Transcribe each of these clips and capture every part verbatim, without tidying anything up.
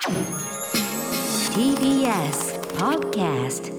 ティービーエス Podcast。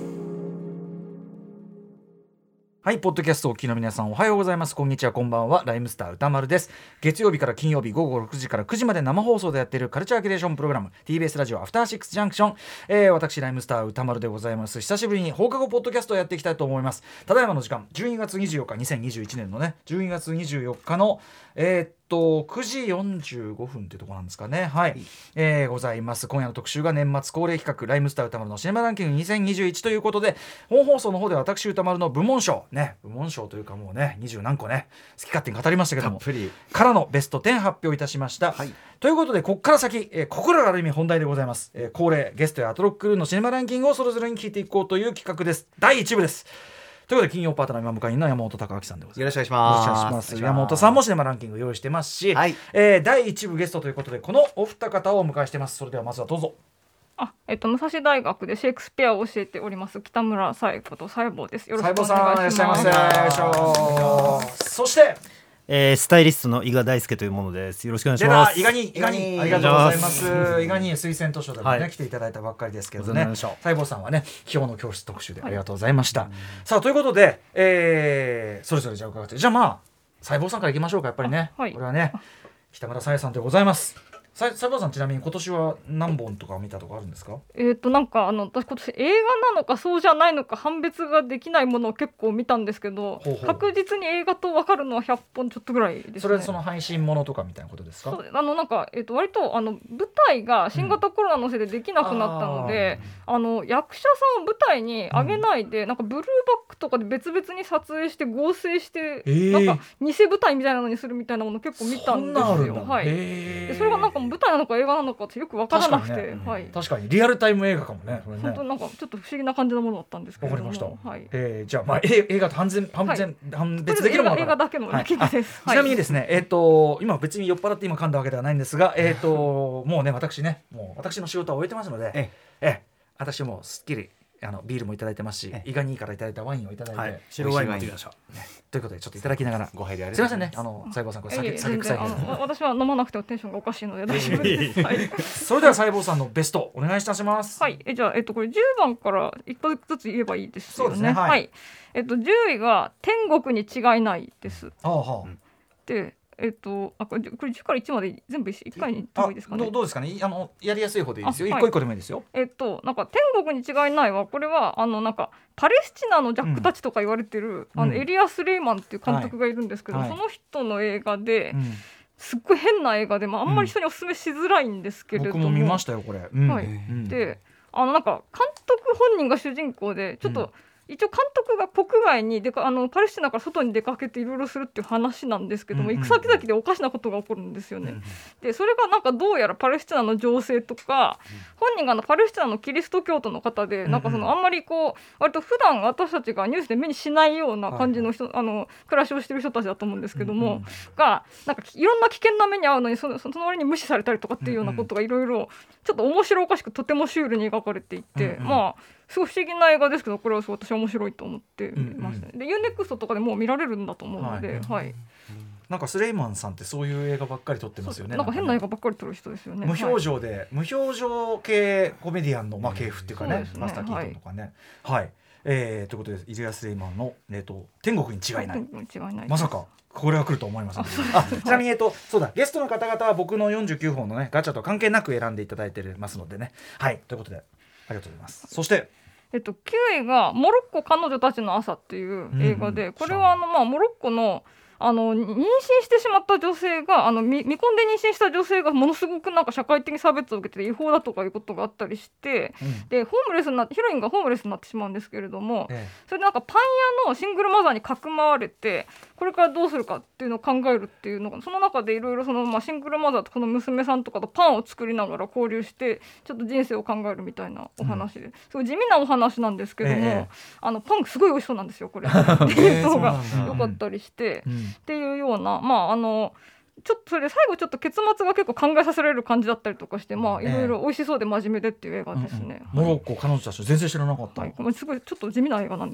はい、ポッドキャストをお聞きの皆さん、おはようございます。こんにちは、こんばんは。ライムスター歌丸です。月曜日から金曜日午後ろくじからくじまで生放送でやっているカルチャーキュレーションプログラム ティービーエス ラジオアフターシックスジャンクション、えー、私ライムスター歌丸でございます。久しぶりに放課後ポッドキャストをやっていきたいと思います。ただいまの時間じゅうにがつにじゅうよっかにせんにじゅういちねんのねじゅうにがつにじゅうよっかのえー、っとくじよんじゅうごふんというところなんですかね。はい、えー、ございます。今夜の特集が年末恒例企画ライムスター歌丸のシネマランキングにせんにじゅういちということで、本放送の方では私歌丸の部門賞ね、部門賞というかもうねにじゅう何個ね好き勝手に語りましたけども、からのベストじゅう発表いたしました、はい、ということでここから先、えー、ここからがある意味本題でございます、えー、恒例ゲストやアトロッククルーのシネマランキングをそれぞれに聞いていこうという企画です。だいいち部です。ということで金曜パートナー今迎えの山本貴明さんでございます。 よろしくお願いします。 よろしくお願いします。山本さんもシネマランキング用意してますし、はい、えー、だいいち部ゲストということでこのお二方をお迎えしています。それではまずはどうぞ。 あ、えっと、武蔵大学でシェイクスピアを教えております北村彩子と細胞です。よろしくお願いします。 細胞さんいらっしゃいませ。そしてえー、スタイリストの伊賀大輔というものです。よろしくお願いします。 伊賀に伊賀にありがとうございます。伊賀に推薦図書でもね、はい、来ていただいたばっかりですけどね。細胞さんはね今日の教室特集でありがとうございました、はい、さあということで、えー、それぞれじゃあ伺ってじゃあまあ細胞さんからいきましょうか。やっぱりね、はい、これはね北村さやさんでございます。細胞さんちなみに今年は何本とか見たとかあるんですか？ えーとなんかあの私今年映画なのかそうじゃないのか判別ができないものを結構見たんですけど、ほうほう確実に映画と分かるのはひゃっぽんちょっとぐらいですね。 それはその配信ものとかみたいなことですか？ そうあのなんか、えーと割とあの舞台が新型コロナのせいでできなくなったので、うん、ああの役者さんを舞台に上げないで、うん、なんかブルーバックとかで別々に撮影して合成して、えー、なんか偽舞台みたいなのにするみたいなもの結構見たんですよ。はい、でそれがなんか舞台なのか映画なのかってよく分からなくて、確かにね、はい、 確かにリアルタイム映画かもね。 本当なんかちょっと不思議な感じのものだったんですけど。 わかりました。 はい、 えー、じゃあまあ映画と判然判然、はい、判別できるものか映画だけのランキングです。 はい、ちなみにですね、えっ、ー、と今別に酔っ払って今噛んだわけではないんですが、えっ、ー、ともうね私ねもう私の仕事は終えてますので、ええ私もすっきりあのビールもいただいてますし、伊賀にからいただいたワインをいただいて、はい、 白ワインもいただきました、 ね、ということでちょっといただきながらご杯でありすいませんね、あの細胞さんこれ酒酒臭いので私は飲まなくてもテンションがおかしいので大丈夫です、はい、 それでは細胞さんのベストお願いいたします。 はい、えじゃあ、えっと、これじゅうばんからいっこずつ言えばいいですよね。 そうですね、はい、 はい、えっと、じゅういが天国に違いないです。 ああ、はあ、 でえっと、あこれ、これじゅうからいちまで全部いっかいに言った方がいいですかね。 どう、どうですかね、あのやりやすい方でいいですよ。一個一個でもいいですよ。 えっとなんか天国に違いないはこれはあのなんかパレスチナのジャックたちとか言われてる、うん、あのエリアス・レイマンっていう監督がいるんですけど、はい、その人の映画で、はい、すっごい変な映画で、まあ、あんまり人にお勧めしづらいんですけれども、 僕も見ましたよこれ、うん、 はい、うん、であのなんか監督本人が主人公でちょっと、うん一応監督が国外にでかあのパレスチナから外に出かけていろいろするっていう話なんですけども、うんうん、行く先々でおかしなことが起こるんですよね、うんうん、でそれがなんかどうやらパレスチナの情勢とか、うん、本人があのパレスチナのキリスト教徒の方で、うんうん、なんかそのあんまりこう割と普段私たちがニュースで目にしないような感じの人、はい、あの暮らしをしてる人たちだと思うんですけども、うんうん、がなんかいろんな危険な目に遭うのにその、その割に無視されたりとかっていうようなことがいろいろちょっと面白おかしくとてもシュールに描かれていて、うんうん、まあすごい不思議な映画ですけどこれは私は面白いと思ってました、ね、うんうん、で ユーネクスト とかでもう見られるんだと思うので、はいはい、 なんかスレイマンさんってそういう映画ばっかり撮ってますよね。 なんか変な映画ばっかり撮る人ですよね。 無表情で、はい、無表情系コメディアンの、まあ、系譜っていうかね、マスター・キートンとかね、はい、はい、えー、ということでイリア・スレイマンの、えー、と天国に違いない、 違いないまさかこれが来ると思いませんでしたあちなみに、えー、とそうだゲストの方々は僕のよんじゅうきゅうほんの、ね、ガチャと関係なく選んでいただいてますのでね、はいということでありがとうございます。そしてえっと、きゅういがモロッコ彼女たちの朝っていう映画で、うん、これはあの、まあ、モロッコのあの妊娠してしまった女性があの未婚で妊娠した女性がものすごくなんか社会的差別を受けて違法だとかいうことがあったりして、うん、でホームレスになってヒロインがホームレスになってしまうんですけれども、ええ、それでなんかパン屋のシングルマザーにかくまわれてこれからどうするかっていうのを考えるっていうのがその中でいろいろその、まあ、シングルマザーとこの娘さんとかとパンを作りながら交流してちょっと人生を考えるみたいなお話で、うん、すごい地味なお話なんですけども、ええ、あのパンすごい美味しそうなんですよこれっていうのが良かったりして、うん、っていうようなまああのちょっとそれで最後ちょっと結末が結構考えさせられる感じだったりとかしてまあいろいろ美味しそうで真面目でっていう映画ですね、 うんうん、モロッコ彼女たち全然知らなかった、はい、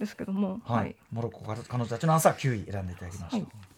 すごいちょっと地味な映画なんですけども、 はいはい、モロッコ彼女たちの朝きゅうい選んでいただきました、はい、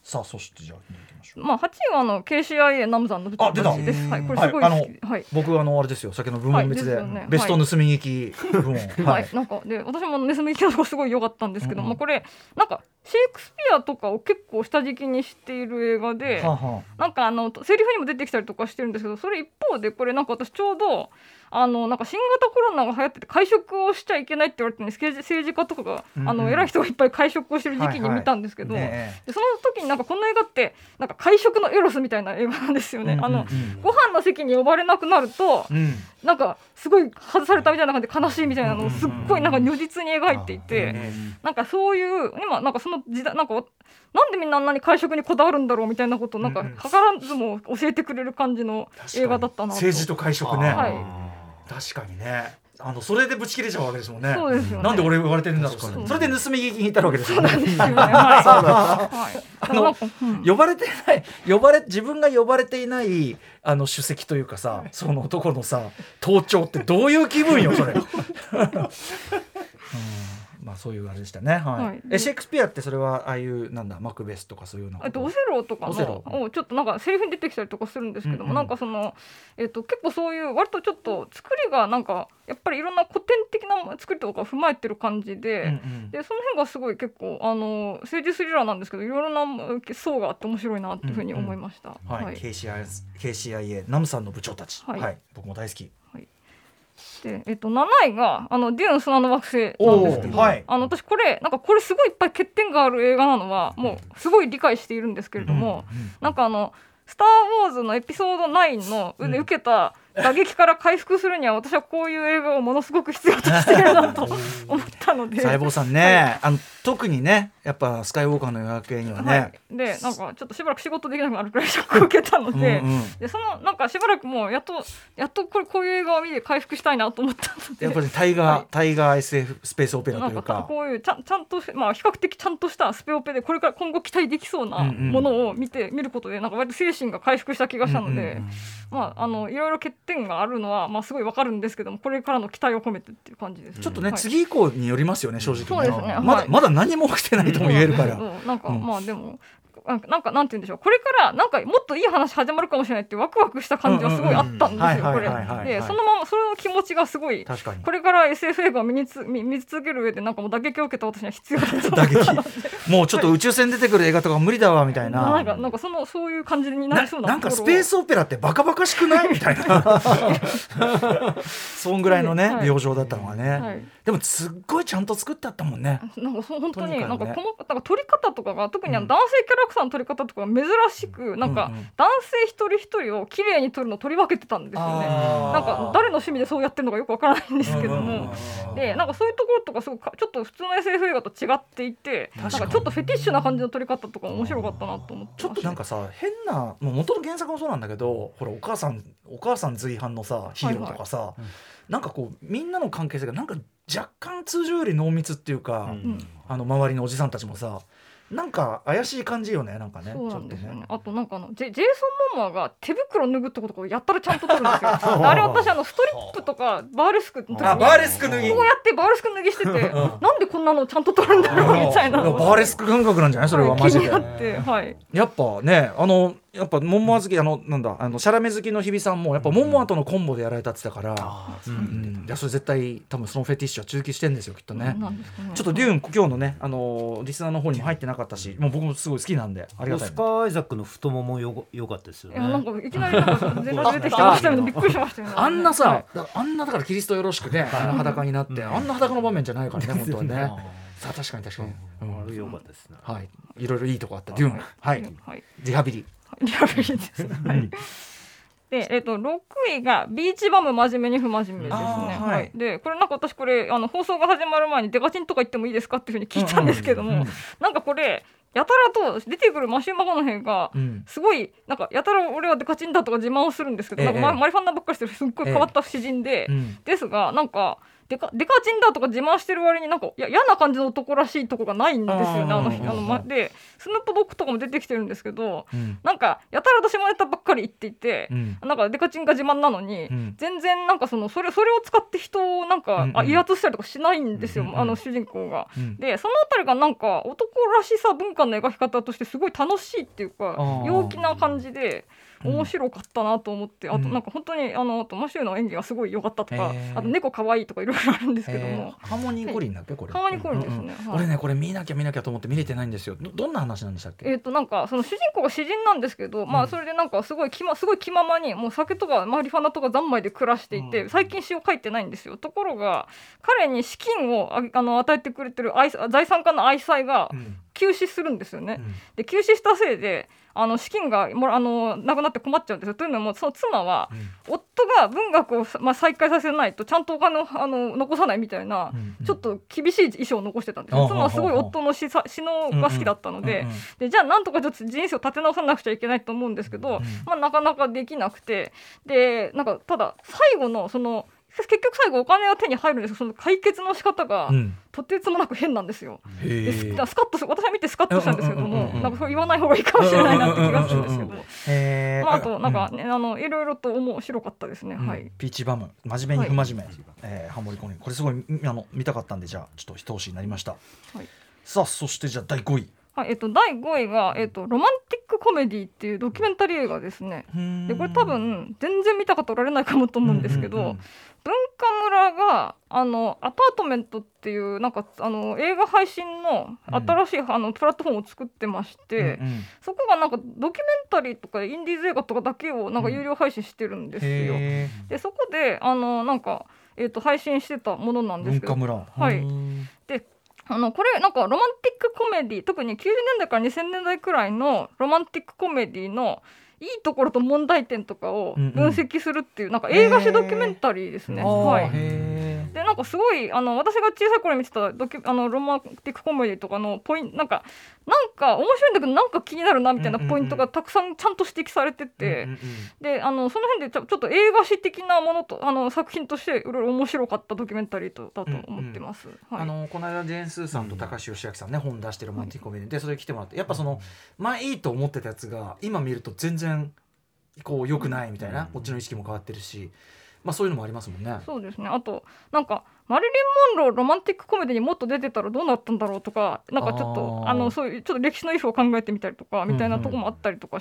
さあそしてじゃあ行きましょう。 まあはちいはあの ケーシーアイエー ナムさんの部長たちです。はい、これすごい好きで、はい、 僕あのあれですよ、先の部門別で、 はいね、 ベスト盗み聞き部門、はい、 はい、なんかで私も盗み聞きのとこすごい良かったんですけど、うんうん、まあこれなんかシェイクスピアとかを結構下敷きにしている映画で、ははなんかあのセリフにも出てきたりとかしてるんですけど、それ一方でこれなんか私ちょうどあのなんか新型コロナが流行ってて会食をしちゃいけないって言われてるんですけど、政治家とかが、うんうん、あの偉い人がいっぱい会食をしてる時期に見たんですけど、はいはいね、でその時になんかこの映画ってなんか会食のエロスみたいな映画なんですよね、うんうんうん、あのご飯の席に呼ばれなくなると、うん、なんかすごい外されたみたいな感じで悲しいみたいなのをすっごいなんか如実に描いていて、うんうんうん、なんかそういう今なんかその時代なんかなんでみんなあんなに会食にこだわるんだろうみたいなことをなんか図らずも教えてくれる感じの映画だったなと。 政治と会食ね、 はい、 確かにね、あのそれでぶち切れちゃうわけですもんね。 そうですよね。 なんで俺言われてるんだろう。それで盗み聞きに行ったわけですよね。 そうなんですよね。はい。 あの、うん、呼ばれてない呼ばれ自分が呼ばれていないあの主席というかさ、その男のさ盗聴ってどういう気分よそれ。うんまあそういうあれでしたね。はい。はい、えシェイクスピアってそれはああいうなんだマクベスとかそういうの。 えっとオセロとかのをちょっとなんかセリフに出てきたりとかするんですけども、うんうん、なんかそのえっと結構そういう割とちょっと作りがなんかやっぱりいろんな古典的な作りとかを踏まえてる感じで、うんうん、でその辺がすごい結構あの政治スリラーなんですけどいろいろな層があって面白いなっていうふうに思いました。 うんうん、はい。はい、ケーシーアイエー ナムさんの部長たち。はい。はい、僕も大好き。 でえっと、なないがあのデューン砂の惑星なんですけど、はい、あの私これなんかこれすごいいっぱい欠点がある映画なのはもうすごい理解しているんですけれども、うんうん、なんかあのスター・ウォーズのエピソードナインので受けた打撃から回復するには私はこういう映画をものすごく必要としているなと思ったので細胞さんね、はい、あの特にねやっぱスカイウォーカーの夜明けにはね、はい、 でなんかちょっとしばらく仕事できなくなるくらいショックを受けたので、うんうん、でそのなんかしばらくもうやっとやっとこれこういう映画を見て回復したいなと思ったのでやっぱりタイガー、はい、タイガー エスエフ スペースオペラというか、 なんかこういうちゃん、ちゃんと、まあ、比較的ちゃんとしたスペオペでこれから今後期待できそうなものを見て、うんうん、見ることでなんか割と精神が回復した気がしたので、うんうんうん、まああのいろいろ欠点があるのはまあすごいわかるんですけどもこれからの期待を込めてっていう感じです、ね、 ちょっとね、はい、次以降によりますよね正直。 そうですね、 まだ、はい、まだ何も起きてないとも言えるから、 なんか、うん、まあでもなんかなんて言うんでしょう、これからなんかもっといい話始まるかもしれないってワクワクした感じはすごいあったんですよこれで、そのままその気持ちがすごいこれから エスエフ 映画を見につ見見続ける上でなんかもう打撃を受けた私には必要だと打撃もうちょっと宇宙船出てくる映画とか無理だわみたいな、 なんかなんかそのそういう感じになりそうな、 な、なんかスペースオペラってバカバカしくないみたいなそんぐらいのね、はい、描写だったのがね、はい、でもすっごいちゃんと作ってあったもんね。 なんかそう本当になんかこのなんか撮り方とかが特にあの男性キャラクターの撮り方とかが珍しくなんか男性一人一人を綺麗に撮るのを撮り分けてたんですよね。なんか誰の趣味でそうやってるのかよくわからないんですけども、でなんかそういうところとかすごくちょっと普通の エスエフ 映画と違っていて、なんかちょっとフェティッシュな感じの撮り方とか面白かったなと思ってました。 ちょっとなんかさ変なもう元の原作もそうなんだけど、ほらお母さんお母さん随伴のさヒーローとかさ、はいはい、なんかこうみんなの関係性がなんか若干通常より濃密っていうか、うん、あの周りのおじさんたちもさなんか怪しい感じよね、なんかね。 そうなんですよね。あとなんかあのジェ、ジェイソン・モモアが手袋脱ぐってことをやったらちゃんと撮るんですよあれ私あのストリップとかバーレスクの時にあバーレスク脱ぎこうやってバーレスク脱ぎしててなんでこんなのちゃんと撮るんだろうみたいなバーレスク感覚なんじゃないそれはマジで、 はい、気になって、はい、 やっぱねあのやっぱモンモア好きあのなんだあのシャラメ好きの日比さんもやっぱモンモアとのコンボでやられたって言ってたから、うんうん、いやそれ絶対多分そのフェティッシュは中期してんですよきっとね。 なんですかね。 ちょっとデューン今日のねあのリスナーの方にも入ってなかったし、もう僕もすごい好きなんでありがたい。 オスカー・アイザックの太ももよよかったですよね。 いやなんかいきなりなんか全然出てきてましたよね。びっくりしましたよね。 あんなさ、はい、あんなだからキリストよろしくねあんな裸になって、うん、あんな裸の場面じゃないからね本当はね。さあ確かに確かに、 うん、あれ良かったですね。 はい、いろいろいいとこあったデューン、はい、はい、リハビリリハビリです。はい。で、えっとろくいがビーチバム真面目に不真面目ですね。はいはい、でこれなんか私これあの放送が始まる前にデカチンとか言ってもいいですかっていうふうに聞いたんですけども、うんうんうん、なんかこれやたらと出てくるマシュー・マコノヘイがすごいなんかやたら俺はデカチンだとか自慢をするんですけど、ええ、なんかマリファンナばっかりしてるすっごい変わった詩人で、ええ、ですがなんかデカデカチンだとか自慢してる割になんかいや嫌な感じの男らしいとこがないんですよね。あのあの、ま、でスヌープドッグとかも出てきてるんですけど、うん、なんかやたらと下ネタばっかり言っていて、うん、なんかデカチンが自慢なのに、うん、全然なんかそのそれそれを使って人をなんか、うんうん、あ威圧したりとかしないんですよ、うんうん、あの主人公が、うん、でそのあたりがなんか男らしさ文化の描き方としてすごい楽しいっていうか陽気な感じで面白かったなと思って、うん、あとなんか本当にあのマシューの演技がすごい良かったとか、あと猫可愛いとかいろいろあるんですけども、 ハーモニーコリンだっけこれ。 ハーモニーコリンですね、 うんうん、 はい、 俺ねこれ見なきゃ見なきゃと思って見れてないんですよ。 ど, どんな話なんでしたっけ。 えーとなんかその主人公が詩人なんですけど、うん、まあそれでなんかすごい気ま、すごい気ままにもう酒とかマリファナとか三昧で暮らしていて、うん、最近詩を書いてないんですよ。ところが彼に資金をああの与えてくれてる財産家の愛妻が急死するんですよね、うん、で急死したせいであの資金がもあのなくなって困っちゃうんですよ。というのもその妻は、うん、夫が文学を、まあ、再開させないとちゃんとお金をあの残さないみたいな、うんうん、ちょっと厳しい遺書を残してたんですよ、うん、妻はすごい夫の詩のが好きだったので、うんうん、でじゃあなんとかちょっと人生を立て直さなくちゃいけないと思うんですけど、うんまあ、なかなかできなくて、でなんかただ最後のその結局最後お金は手に入るんですけど、その解決の仕方がとてつもなく変なんですよ、うん、でスカッと私は見てスカッとしたんですけども、なんかそれ言わない方がいいかもしれないなって気がするんですけど、へまあ、あとなんか、ねうん、あのいろいろと面白かったですね、うん、はい、 ピーチバム真面目に不真面目、はいえー、ハモリコリンこれすごいあの見たかったんで、じゃあちょっと一押しになりました、はい、さあそしてじゃあだいごい、 はいえっと、だいごいが、えっと、ロマンティックコメディっていうドキュメンタリー映画ですね。でこれ多分全然見た方おられないかもと思うんですけど、うんうんうん、文化村があのアパートメントっていうなんかあの映画配信の新しい、うん、あのプラットフォームを作ってまして、うんうん、そこがなんかドキュメンタリーとかインディーズ映画とかだけをなんか有料配信してるんですよ、うん、でそこであのなんか、えーと、配信してたものなんですけど、 文化村、 はい、であのこれなんかロマンティックコメディ、特にきゅうじゅうねんだいからにせんねんだいくらいのロマンティックコメディのいいところと問題点とかを分析するっていう、うんうん、なんか映画史ドキュメンタリーですね、はい、でなんかすごいあの私が小さい頃に見てたドキュあのロマンティックコメディとかのポイントなんかなんか面白いんだけどなんか気になるなみたいなポイントがたくさんちゃんと指摘されてて、うんうんうん、であのその辺でちょ、ちょっと映画史的なものとあの作品としていろいろ面白かったドキュメンタリーとだと思ってます、うんうんはい、 あのこの間ジェーン・スーさんと高橋義明さんね、本出してるロマンティックコメディでそれ来てもらって、やっぱその前いいと思ってたやつが今見ると全然こう良くないみたいな、こっちの意識も変わってるし、まあ、そういうのもありますもんね。 そうですね。あとなんかマリリン・モンローロマンティックコメディにもっと出てたらどうなったんだろうとか、なんかちょっと あ, あのそういうちょっと歴史のイフを考えてみたりとかみたいなとこもあったりとかして、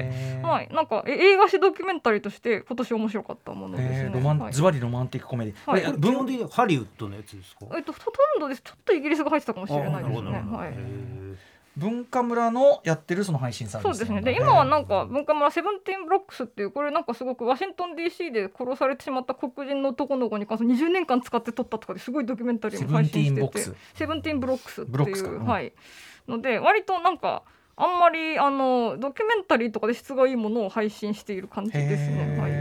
うんうんまあ、なんか映画史ドキュメンタリーとして今年面白かったものですね。 ロマン、はい、ズバリロマンティックコメディ、 はい、文本的にハリウッドのやつですか。 えっと、ほとんどです。ちょっとイギリスが入ってたかもしれないですね。はい。 文化村のやってるその配信サービス、 そうですね。で今はなんか文化村セブンティーンブロックスっていう、これなんかすごくワシントン ディーシー で殺されてしまった黒人の男の子に関するにじゅうねんかん使って撮ったとかですごいドキュメンタリーも配信してて、セブンティーンブロックスっていう、うん、はいので割となんかあんまりあのドキュメンタリーとかで質がいいものを配信している感じですね。はい、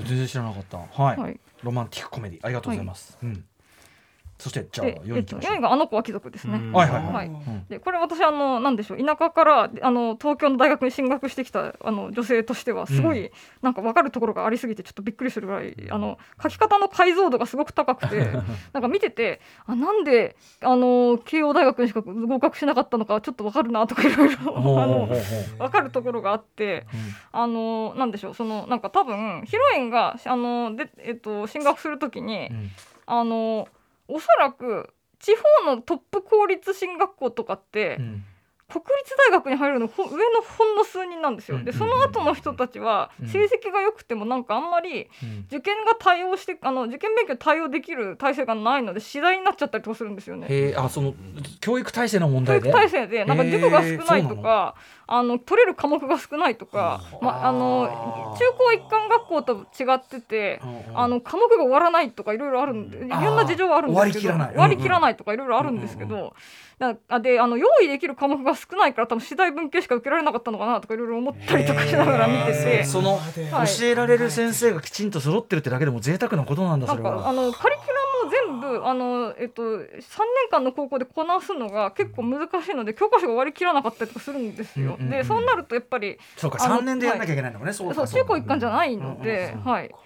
全然知らなかった。はい、はい、ロマンティックコメディありがとうございます。はい、うんそしてじゃあよんいきましょう。 よんいがあの子は貴族ですね。 はいはいはい。 はい、でこれ私あのなんでしょう、田舎からあの東京の大学に進学してきたあの女性としてはすごい、うん、なんか分かるところがありすぎてちょっとびっくりするぐらい、あの書き方の解像度がすごく高くてなんか見ててあなんであの慶応大学にしか合格しなかったのかちょっと分かるなとかいろいろあの分かるところがあって、うん、あのなんでしょう、そのなんか多分ヒロインがあので、えっと、進学するときに、うん、あのおそらく地方のトップ公立進学校とかって、うん、国立大学に入るの上のほんの数人なんですよ。でその後の人たちは成績が良くてもなんかあんまり受験が対応してあの受験勉強に対応できる体制がないので次第になっちゃったりとかするんですよね。 へあその教育体制の問題で教育体制でなんか塾が少ないとかあの取れる科目が少ないとか、ま、あの中高一貫学校と違っててあの科目が終わらないとかいろいろあるんでいろんな事情はあるんですけど終わりきらない、 終わりきらないとかいろいろあるんですけど、うんうんだであの用意できる科目が少ないから多分次第文系しか受けられなかったのかなとかいろいろ思ったりとかしながら見てて、 その、はい、教えられる先生がきちんと揃ってるってだけでも贅沢なことなんだ。それはなんかあのカリキュラムを全部あの、えっと、さんねんかんの高校でこなすのが結構難しいので教科書が割り切らなかったりとかするんですよ、うんうんうん、でそうなるとやっぱりそうかさんねんでやんなきゃいけないのね、 はい、そうかそう中高一貫じゃないので、うんうんうんはい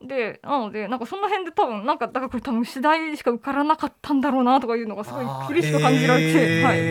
でなのでなんかその辺で多分なんかだからこれ多分次第しか受からなかったんだろうなとかいうのがすごい厳しく感じられて、はい、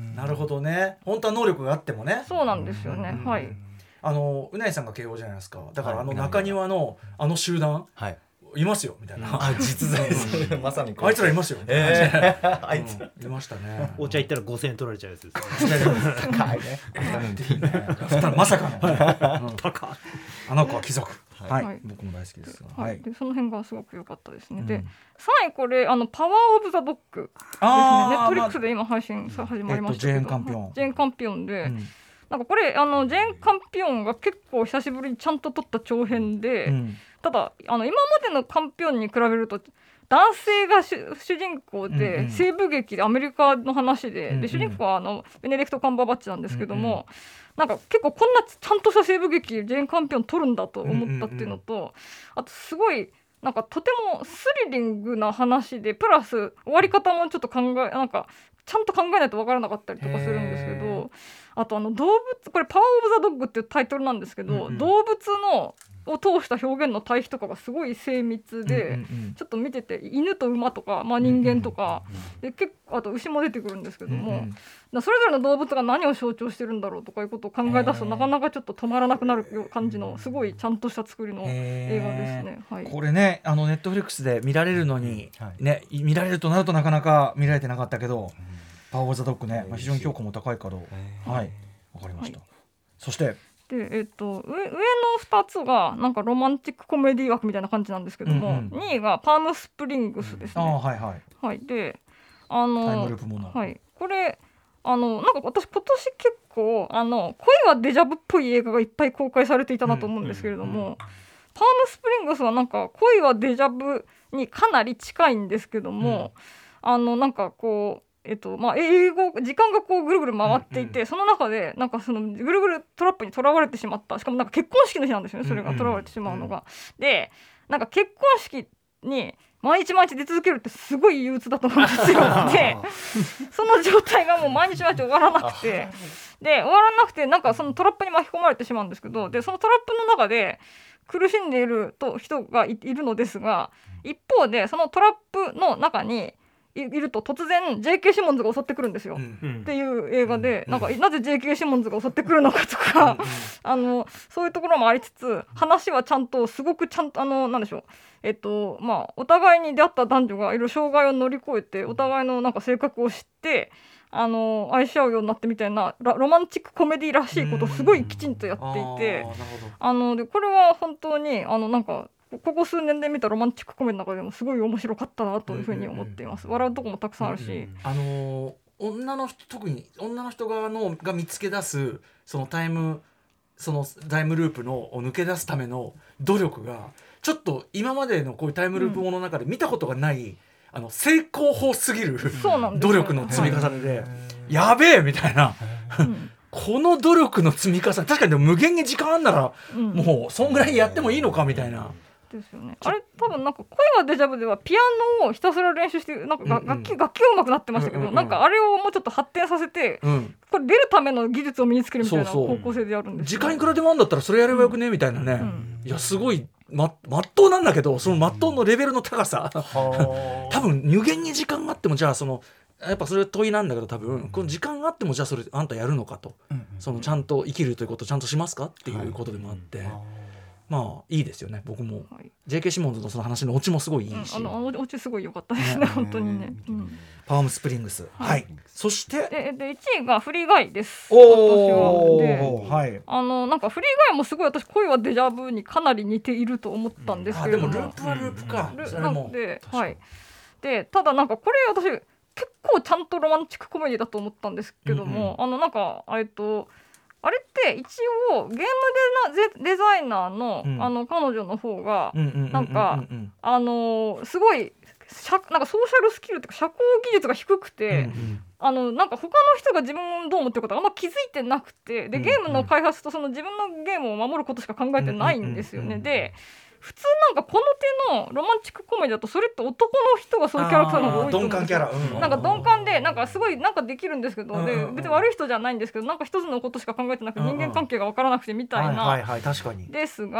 なるほどね。本当は能力があってもね。 そうなんですよね、はい。 あのうなぎさんが慶応じゃないですか。だからあの中庭のあの集団、はい、いますよみたいな、 あ実在するまさにあいつらいますよ、 えー、あいつら、うん、いましたね。 お茶行ったらごせんえん取られちゃうやつです高いねまさかの、うん、高いあの子は貴族、はいはい、僕も大好きです、 はい、でその辺がすごく良かったですね、うん、でさんいこれあのパワーオブザドッグですね。ネットリックスで今配信さ始まりましたけど、えっと、ジェーンカンピオンジェーンカンピオンで、うん、なんかこれあのジェーンカンピオンが結構久しぶりにちゃんと撮った長編で、うん、ただあの今までのカンピオンに比べると男性が主人公で、うんうん、西部劇でアメリカの話 で,、うんうん、で主人公はあのベネディクト・カンバーバッチなんですけども、うんうん、なんか結構こんなちゃんとした西部劇ジェーン・カンピオン撮るんだと思ったっていうのと、うんうんうん、あとすごいなんかとてもスリリングな話でプラス終わり方もちょっと考えなんかちゃんと考えないと分からなかったりとかするんですけど、あとあの動物これパワーオブザドッグっていうタイトルなんですけど、うんうん、動物のを通した表現の対比とかがすごい精密で、うんうんうん、ちょっと見てて犬と馬とか、まあ、人間とか、うんうんうん、で結構あと牛も出てくるんですけども、うんうん、だそれぞれの動物が何を象徴してるんだろうとかいうことを考え出すとなかなかちょっと止まらなくなる感じのすごいちゃんとした作りの映画ですね、はい、 これねあのネットフリックスで見られるのに、ね、見られるとなるとなかなか見られてなかったけど、うん、パワーオブザドッグね、まあ、非常に評価も高いから、はい、わかりました、はい、そしてでえっと、上, 上のふたつがなんかロマンチックコメディ枠みたいな感じなんですけども、うんうん、にいがパームスプリングスですね、 うん、あはいはいはい、であのタイムループもの、 はい、これあのなんか私今年結構あの恋はデジャブっぽい映画がいっぱい公開されていたなと思うんですけれども、うんうんうん、パームスプリングスはなんか恋はデジャブにかなり近いんですけども、うん、あのなんかこうえっとまあ、英語時間がこうぐるぐる回っていて、うんうん、その中でなんかそのぐるぐるトラップにとらわれてしまった。しかもなんか結婚式の日なんですよね、それがとらわれてしまうのが、うんうん、でなんか結婚式に毎日毎日出続けるってすごい憂鬱だと思うんですよでその状態がもう毎日毎日終わらなくてで終わらなくてなんかそのトラップに巻き込まれてしまうんですけど、でそのトラップの中で苦しんでいると人が い, いるのですが、一方でそのトラップの中にいると突然 ジェイケー シモンズが襲ってくるんですよ、うん、っていう映画で、うん、なんかなぜ ジェイケー シモンズが襲ってくるのかとか、うん、あのそういうところもありつつ話はちゃんとすごくちゃんとあのなんでしょうえっとまあお互いに出会った男女がいろいろ障害を乗り越えてお互いのなんか性格を知ってあの愛し合うようになってみたいなロマンチックコメディらしいことをすごいきちんとやっていて、あのでこれは本当にあのなんかここ数年で見たロマンチックコメディの中でもすごい面白かったなというふうに思っています、うんうんうん、笑うとこもたくさんあるし、うんうん、 あのー、女の人特に女の人側のが見つけ出すそのタイムそのタイムループのを抜け出すための努力がちょっと今までのこういうタイムループものの中で見たことがない、うん、あの成功法すぎる努力の積み重ねで、やべえみたいな、うんこの努力の積み重ね、確かにでも無限に時間あんなら、うん、もうそんぐらいやってもいいのかみたいな、 ですよね、あれ多分なんか声はデジャブではピアノをひたすら練習してなんか楽器、うんうん、楽器が上手くなってましたけど、うんうんうん、なんかあれをもうちょっと発展させて、うん、これ出るための技術を身につけるみたいな方向性でやるんですよ、 時間いくらでもあるんだったらそれやればよくねみたいなね、うんうん、いやすごいま真っ当なんだけどその真っ当のレベルの高さ、うん、多分無限に時間があってもじゃあそのやっぱそれ問いなんだけど多分、うん、この時間があってもじゃあそれあんたやるのかと、うんうん、そのちゃんと生きるということをちゃんとしますかっていうことでもあって、はいうん、まあいいですよね。僕も、はい、ジェイケー シモンズのその話のオチもすごいいいし、 うん、あのオチすごい良かったですね、ね本当にね、うん、 パームスプリングス、はいはい、そしてででいちいがフリーガイです。 おー、はい、 あのなんかフリーガイもすごい私恋はデジャブにかなり似ていると思ったんですけれども、 うん、あでもループはループか、 うん、それもで、はい、でただなんかこれ私結構ちゃんとロマンチックコメディだと思ったんですけども、うんうん、あのなんかえっとあれって一応ゲームデザデザイナー の,、うん、あの彼女の方がなんかあのすごいなんかソーシャルスキルというか社交技術が低くて、うんうん、あのなんか他の人が自分をどう思ってることがあんま気づいてなくて、でゲームの開発とその自分のゲームを守ることしか考えてないんですよね、うんうんうん、で普通なんかこの手のロマンチックコメディだとそれって男の人がそういうキャラクターの方が多いと思うんですよ。 鈍感キャラ、うん、 なんか鈍感でなんかすごいなんかできるんですけど、で別に悪い人じゃないんですけどなんか一つのことしか考えてなくて人間関係が分からなくてみたいな、 はいはいはい、確かにですが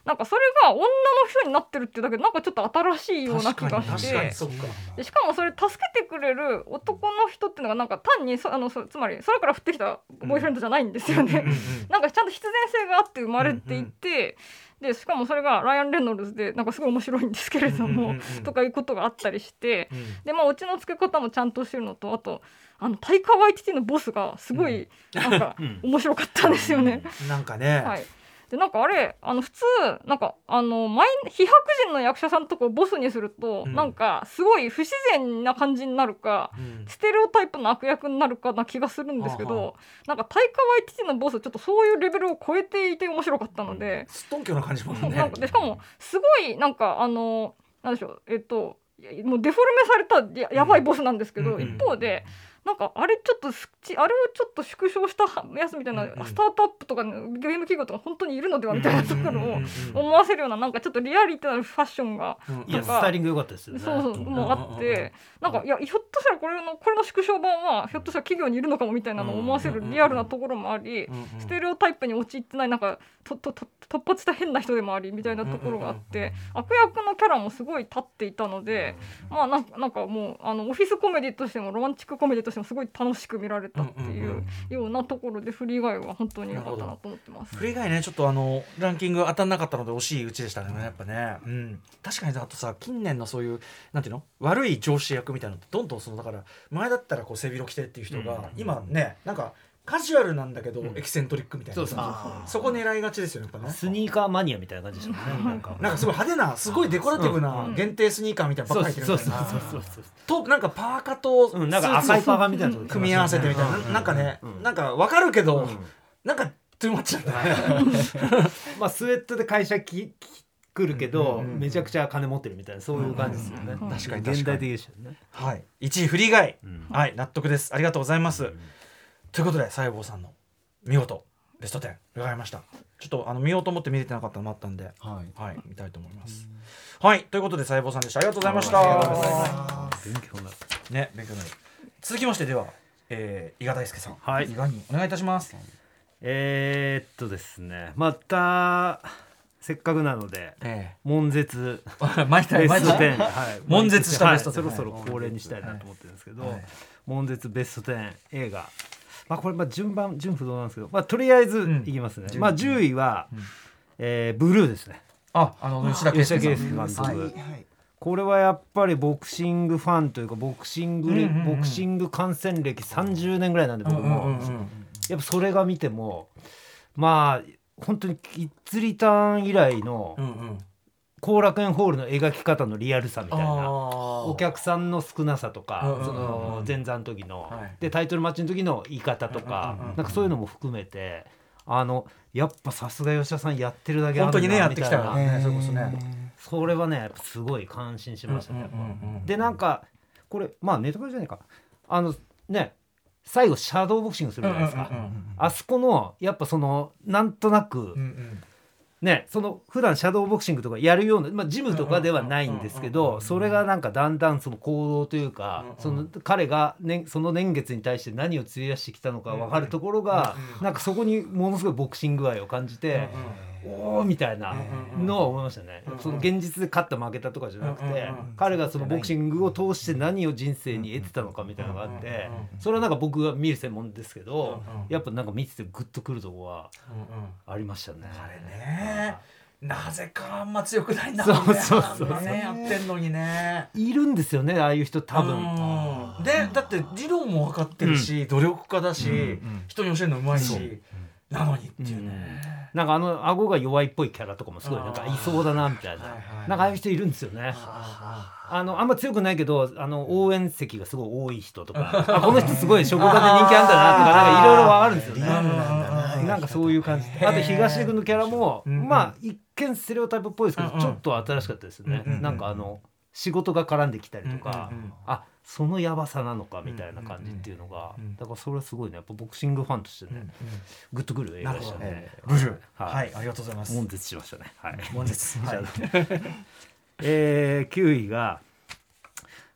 なんかそれが女の人になってるっていうだけでなんかちょっと新しいような気がしてでしかもそれ助けてくれる男の人っていうのがなんか単にそあのそつまり空から降ってきたボーイフレンドじゃないんですよね、うん、なんかちゃんと必然性があって生まれていて、うんうん、でしかもそれがライアン・レノルズでなんかすごい面白いんですけれども、うんうんうん、とかいうことがあったりして、うん、でまあオチの付け方もちゃんとしてるのとあとあのタイカワイティティのボスがすごいなんか面白かったんですよね、 うん、なんかね、 はいでなんかあれあの普通なんかあの前非白人の役者さんとかをボスにすると、うん、なんかすごい不自然な感じになるか、うん、ステレオタイプの悪役になるかな気がするんですけど、ははなんかタイカワイティティのボスちょっとそういうレベルを超えていて面白かったので、うん、 すっとんきょうな感じもねなんかでしかもすごいなんかあのなんでしょうえっともうデフォルメされた や, やばいボスなんですけど、うん、一方でなんかあれちょっとあれをちょっと縮小したやつみたいな、うんうん、スタートアップとか、ね、ゲーム企業とか本当にいるのではみたいなところを思わせるようななんかちょっとリアリティなファッションが、 うん、いやスタイリング良かったですよね。 そうそうもうあってなんかいやひょっとしたらこれのこれの縮小版はひょっとしたら企業にいるのかもみたいなのを思わせるリアルなところもあり、うんうん、ステレオタイプに陥ってないなんかととと突発した変な人でもありみたいなところがあって、悪役のキャラもすごい立っていたので、まあなんか、なんかもうあのオフィスコメディとしてもロマンチックコメディとしてもすごい楽しく見られたっていうようなところでフリーガイは本当に良かったなと思ってます。 フリーガイねちょっとあのランキング当たんなかったので惜しいうちでしたねやっぱね、うん、確かにあとさ近年のそういうなんていうの悪い上司役みたいなのってどんどんそのだから前だったらこう背広着てっていう人が、うん、今ねなんかカジュアルなんだけど、うん、エキセントリックみたいな、そうそうそうそこ狙いがちですよねやっぱね。 スニーカーマニアみたいな感じでしたもんねなんかなんかすごい派手なすごいデコラティブな限定スニーカーみたいなのばっかり入ってるみたいなとなんかパーカと、 うん、なんか赤いパーカーみたいなの組み合わせてみたいな、うん、なんかね、うん、なんかわかるけど、うん、なんかトゥーマッチなんだねまあスウェットで会社き来るけど、うんうんうん、めちゃくちゃ金持ってるみたいなそういう感じですよね、 うんうん、確かに現代的でしたよね。 はい、いちいフリーガイ、うん、はい納得です。ありがとうございます、うん、ということで西郷さんの見事ベストテン伺いました。ちょっとあの見ようと思って見れてなかったのもあったんで、はいはい、見たいと思います。はいということで西郷さんでした。ありがとうございました。ありがとうございます。勉強になるね勉強になる。続きましてでは、えー、伊賀大輔さん、はい、伊賀にお願いいたします。 えー、っとですねまたせっかくなので、ええ、悶絶毎回ベストテン、はい、 悶絶したベストテン、はい、そろそろ恒例にしたいなと思ってるんですけど、はい、悶絶ベストテン映画、まあ、これまあ順番順不動なんですけど、まあ、とりあえずいきますね、うんまあ、じゅういは、うんえー、ブルーですね。 あ、あの吉田圭佑さん監督、はいはい、これはやっぱりボクシングファンというかボクシング、うんうんうん、ボクシング観戦歴さんじゅうねんぐらいなんで僕も、うんうんうん、やっぱそれが見てもまあ本当にキッズリターン以来の後楽園ホールの描き方のリアルさみたいな、お客さんの少なさとか、その前座の時の、はい、でタイトルマッチの時の言い方とか、なんかそういうのも含めてあのやっぱさすが吉田さんやってるだけあるなみたいな、本当にねやってきたよね、それこそね。それはねやっぱすごい感心しましたね。でなんかこれまあネタバレじゃないかあのね最後シャドーボクシングするじゃないですか、うんうんうんうん、あそこのやっぱそのなんとなく、うんうんね、その普段シャドーボクシングとかやるような、まあ、ジムとかではないんですけど、それがなんかだんだんその行動というか、その彼が、ね、その年月に対して何を費やしてきたのか分かるところが、なんかそこにものすごいボクシング愛を感じて、おーみたいなのは思いましたね。その現実で勝った負けたとかじゃなくて、彼がそのボクシングを通して何を人生に得てたのかみたいなのがあって、それはなんか僕が見る専門ですけど、やっぱなんか見ててグッとくるところはありましたね。 あれね、なぜかあんま強くないんだもんね。そうそうそうね、やってんのにね。 いるんですよね、ああいう人多分。 で、だって理論も分かってるし、努力家だし、人に教えるのうまいし。なのにっていうね、 うん、なんかあの顎が弱いっぽいキャラとかもすごいなんかいそうだなみたいな、なんかああいう人いるんですよね。あのあんま強くないけどあの応援席がすごい多い人とかあこの人すごい職場で人気あるんだなとかなんかいろいろあるんですよね。なんかそういう感じで、あと東出君のキャラもまあ一見ステレオタイプっぽいですけどちょっと新しかったですよね。なんかあの仕事が絡んできたりとか、あそのやばさなのかみたいな感じっていうのが、だからそれはすごいねやっぱボクシングファンとしてねグッとくる映画でしたね。 ブルー、はい、ありがとうございます。 悶絶しましたね。はい、 悶絶。はい。 えー、きゅういが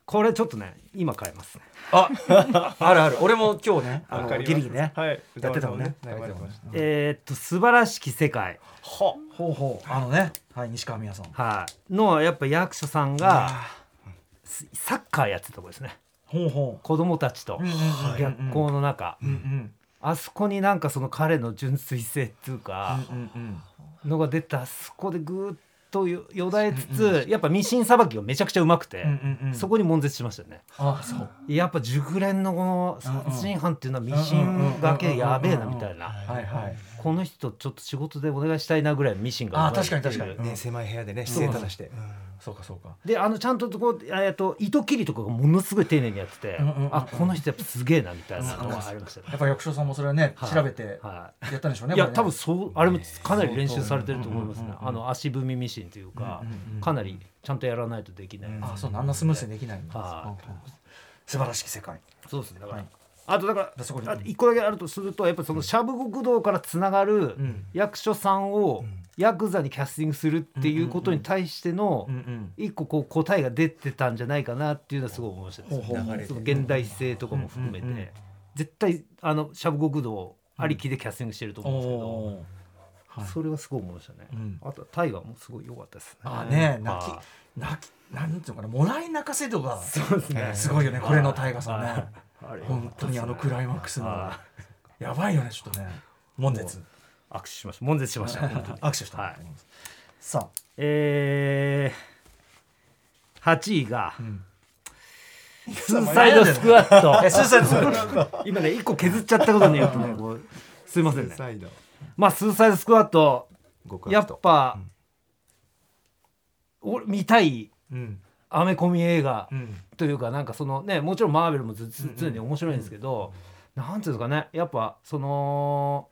これちょっとね今変えますね。 ああるある俺も今日ねあのわかりますギリギリね、 はい、 やってたもんね歌丸さんもね流れてましたえー、っと素晴らしき世界、 はほうほうあのねはい西川美也さんはいのやっぱ役所さんがサッカーやってたとこですね。 ほうほ子供たちとううんうんうん学校の中、 うんうんあそこになんかその彼の純粋性っていうかうんうんのが出た、あそこでぐーっとよよだえつつ、やっぱミシンさばきがめちゃくちゃうまくて、 うんうんうんそこに悶絶しましたよね。 あそうやっぱ熟練のこの殺人犯っていうのはミシンがけやべえなみたいな、 はいはいこの人ちょっと仕事でお願いしたいなぐらいミシンがあ確かに確かにね、狭い部屋でね姿勢正して、 そうかそうかであのちゃんとこう、えー、と糸切りとかがものすごい丁寧にやってて、 うんうんうんうんあこの人やっぱすげえなみたいなのがありましたね。 やっぱ役所さんもそれはねはい調べてはやったんでしょうねい、いやこれね多分そうあれもかなり練習されてると思いますね。 うんうんうんうんあの足踏みミシンというか、 うんうんうんかなりちゃんとやらないとできない、 あそうあんなスムーズにできないんだはうんうん素晴らしき世界そうですね。だから、 はいあとだからそこにあと一個だけあるとするとやっぱそのシャブ極道からつながるん役所さんをヤクザにキャスティングするっていうことに対してのうんうん一個こう答えが出てたんじゃないかなっていうのはすごい思いましたね。 ほうほう流れてその現代性とかも含めて、 うんうんうん絶対あのシャブ極道ありきでキャスティングしてると思うんですけど、 おーはいそれはすごい思いましたね。 うんあとは大河もすごい良かったですね。 あね泣きは泣きなんていうのかなもらい泣かせ度がそうですね。 すごいよねこれの大河さんねあれ本当にあのクライマックスのはやばいよねちょっとね悶絶握手しました。悶絶しました。本当に握手したはいさえー、はちいが、 んスーサイドスクワット。 えスーサイドスクワット今ねいっこ削っちゃったことによってねこうすいませんね。 サイドまあスーサイドスクワットや極悪とっぱ、俺見たいうんアメコミ映画うんというかなんかそのねもちろんマーベルもずつ常に面白いんですけど、なんていうんですかねやっぱその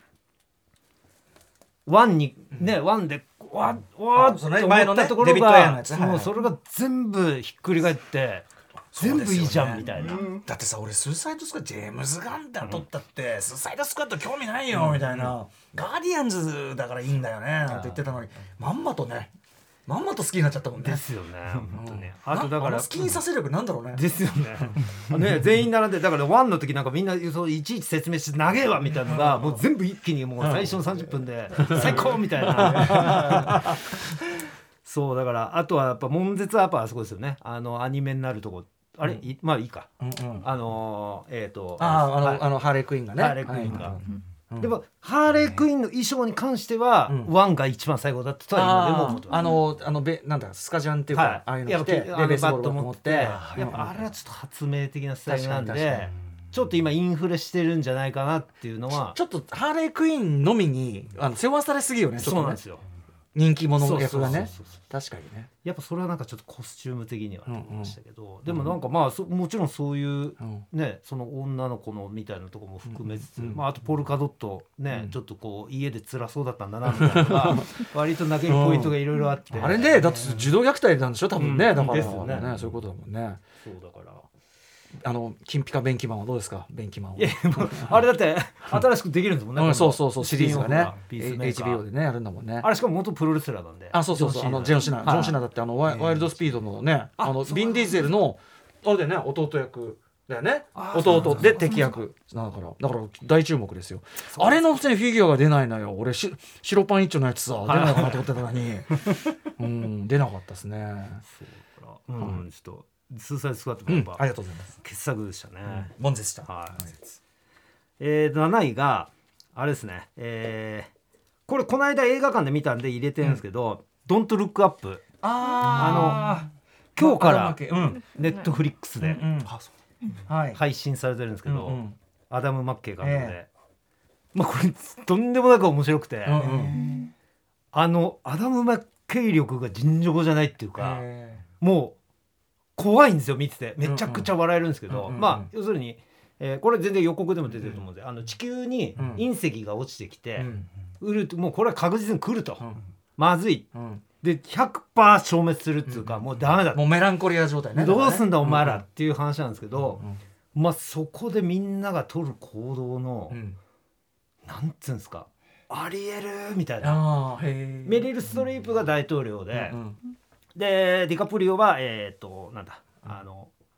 ワンにね、ワンでわわーそのねっと前のね思ったところデビッドアヤーのがやつねはいはいもうそれが全部ひっくり返って全部いいじゃんみたいな。 だってさ俺スーサイドスクワットジェームズ・ガンダー撮ったってスーサイドスクワット興味ないよみたいなガーディアンズだからいいんだよねなんて言ってたのにまんまとねまんまと好きになっちゃったもんねですよね本当に。 なあとだからあの好きにさせる力なんだろうねですよね。ね全員並んでだからワンの時なんかみんなそういちいち説明して長えわみたいなのがもう全部一気にもう最初のさんじゅっぷんで最高みたいな。そうだからあとはやっぱ悶絶はやっぱあそこですよね。あのアニメになるとこあれ、いまあいいか。 うんうんあのーえっ、とあああの、 はいあのハーレークイーンがねハーレークイーンが。 はいでもハーレークイーンの衣装に関しては、 うんワンが一番最後だったとは今でもあ思ってます。 あのあのベなんだスカジャンっていうか、 はい、 ああいうの着てやっぱあのでベースボールバット持っを持っててやっぱあれはちょっと発明的なスタイルなん確かに確かでちょっと今インフレしてるんじゃないかなっていうのはちょっとハーレークイーンのみにあの背負わされすぎよねちょっとねそうなんですよ。 人気者の役がねそうそうそうそう確かにねやっぱそれはなんかちょっとコスチューム的にはと思いましたけど、 んでもなんかまあそもちろんそういううんねその女の子のみたいなところも含めつつ、 うんまあ、あとポルカドットね、 うんちょっとこう家で辛そうだったんだなみたいなのが割と泣けるポイントがいろいろあって、 あれねだって児童虐待なんでしょ多分ね、 うんだからですよねそういうことだもんねそうだからあの金ピカベンキマンはどうですかベンキマンはいやもうあれだって新しくできるんですもんね、 うん、 今度そうそうそうシリーズがねピースメーエイチカービーオー でねやるんだもんねあれしかも元プロレスラーなんであそうそうそうあのジェンシナジョンシナだってあのワイワイルドスピードのねあのビン・ディーゼルのあれでね弟役だよね弟で敵役だからだから大注目ですよあれの普通にフィギュアが出ないのよ俺し白パン一丁のやつさ出ないかなと思ってたのにうん出なかったですねそうだからうんちょっとスーサイドスクワットうんもやっぱありがとうございます傑作でしたね、 悶絶したはいえー、なないがあれですね、えーこれこの間映画館で見たんで入れてるんですけど「ドントルックアップあ今日からうんネットフリックスでうんはい配信されてるんですけど、 うんうんアダム・マッケイ監督で、 えまあこれとんでもなく面白くて、 うんうんあのアダム・マッケイ力が尋常じゃないっていうか、 えもう怖いんですよ見ててめちゃくちゃ笑えるんですけど、 うんうんまあ要するに、えーこれ全然予告でも出てると思うんで、あの地球にうん隕石が落ちてきて、 ーうんうるともうこれは確実に来ると、 うんまずいうんで ひゃくパーセント 消滅するっていうか、もうダメだ、 もうメランコリア状態ねどうすんだお前らうんっていう話なんですけど、まあそこでみんなが取る行動の、 うんなんつうんですかありえるみたいな。 あーへーメリル・ストリープが大統領で、 うんでディカプリオはえっ、となんだあの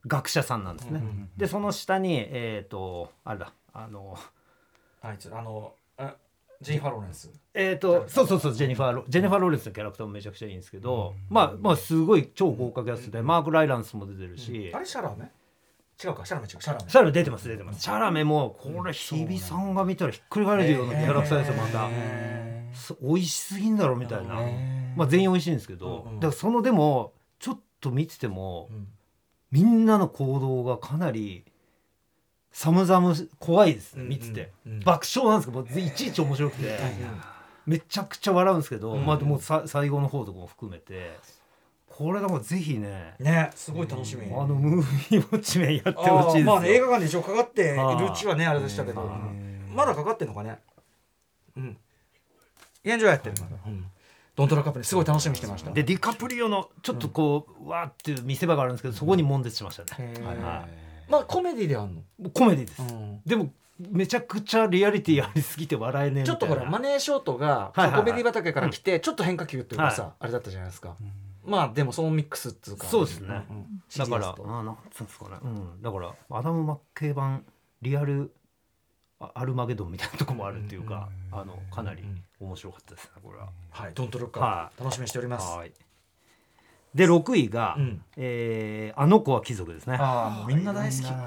学者さんなんですね、 うんうんうん、 でその下にえっ、ー、とあれだあのあいつあのあジェニファー・ローレンスえーとそうそうそうジェニファーロジェニファー・ローレンスのキャラクターもめちゃくちゃいいんですけど、うん、まあまあすごい超豪華キャストで、うん、マーク・ライランスも出てるし、 うん、あれシャラメ違うかシャラメ違うシャラメシャラメ出てます出てますシャラメもこれ日比さんが見たらひっくり返るようなキャラクターですよまた、えー、美味しすぎんだろみたいな、えー、まあ全員美味しいんですけど、うんうん、だからそのでもちょっと見てても、うん、みんなの行動がかなり寒々怖いですね見てて、うんうんうん、爆笑なんですけどいちいち面白くて、うん、めちゃくちゃ笑うんですけど、うんまあ、でもさ最後の方とかも含めてこれだからぜひねねすごい楽しみ、 あのムービーウォッチメンやってほしいですよ。 まあ、ね、映画館で一応かかっているうちはねあれでしたけどまだかかってんのかねうん現状やってるまだ、うんドントラカップですごい楽しみにしてましたでディカプリオのちょっとこう、うん、わーっていう見せ場があるんですけどそこに悶絶しましたね、 はいはい、まあコメディであんのコメディです、うん、でもめちゃくちゃリアリティありすぎて笑えねえみたいなちょっとほらマネーショートがコメディ畑から来て、はいはいはい、ちょっと変化球っていうかさ、はい、あれだったじゃないですか、うん、まあでもそのミックスっていうかそうですね、うん、だからあなんつうんですかね、うん、だからアダム・マッケイ版リアルアルマゲドンみたいなとこもあるっていうか、うん、あのかなり面白かったですねこれは。 はい、ドントルッカー、はい、楽しみにしております。はい、 でろくいが、うんえー、あの子は貴族ですね。 ああもうみんな大好き。うん、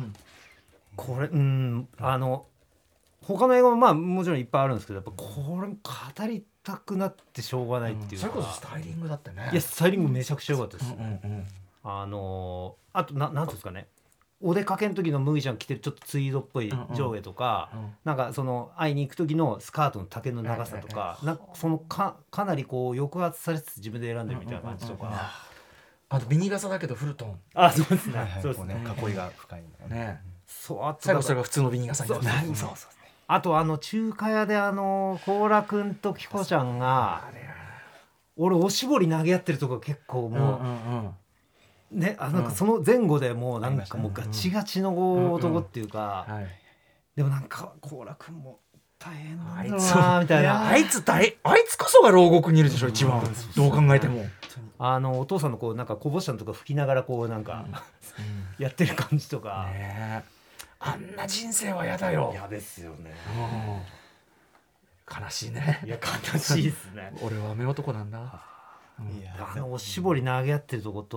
これうんあの他の映画もまあもちろんいっぱいあるんですけどやっぱこれ語りたくなってしょうがないっていうか、 うん、それこそスタイリングだってね。 いやスタイリングめちゃくちゃ良かったです。 うんうんうん、 あのあとななんていうんですかね。お出かけの時の麦ちゃん着てるちょっとツイードっぽい上下とか、うんうん、なんかその会いに行く時のスカートの丈の長さとか、なんかその か, かなりこう抑圧されつつ自分で選んでるみたいな感じとか、うんうんうんうん、 あとビニ傘だけどフルトンあそうですね、 はいはい、 そうですね囲いが深いのね、 ねそうあと最後それが普通のビニ傘になって、 そうそうそうそうあとあの中華屋であのコーラくんとキコちゃんが俺おしぼり投げ合ってるとこ結構もう、うんうんうんね、あなんかその前後でもうなんかもうガチガチの男っていうか、うんうんはい、でもなんかコーラくんも大変なんだろうなみたいなあいつ大あいつこそが牢獄にいるでしょ一番、うん、どう考えてもあのお父さんのこうなんかこぼしたのとか吹きながらこうなんか、うん、やってる感じとか、 ね、あんな人生は嫌だよ嫌ですよね、 うん、悲しいねいや悲しいですね俺は雨男なんだうん、いやあのおしぼり投げ合ってるとこと、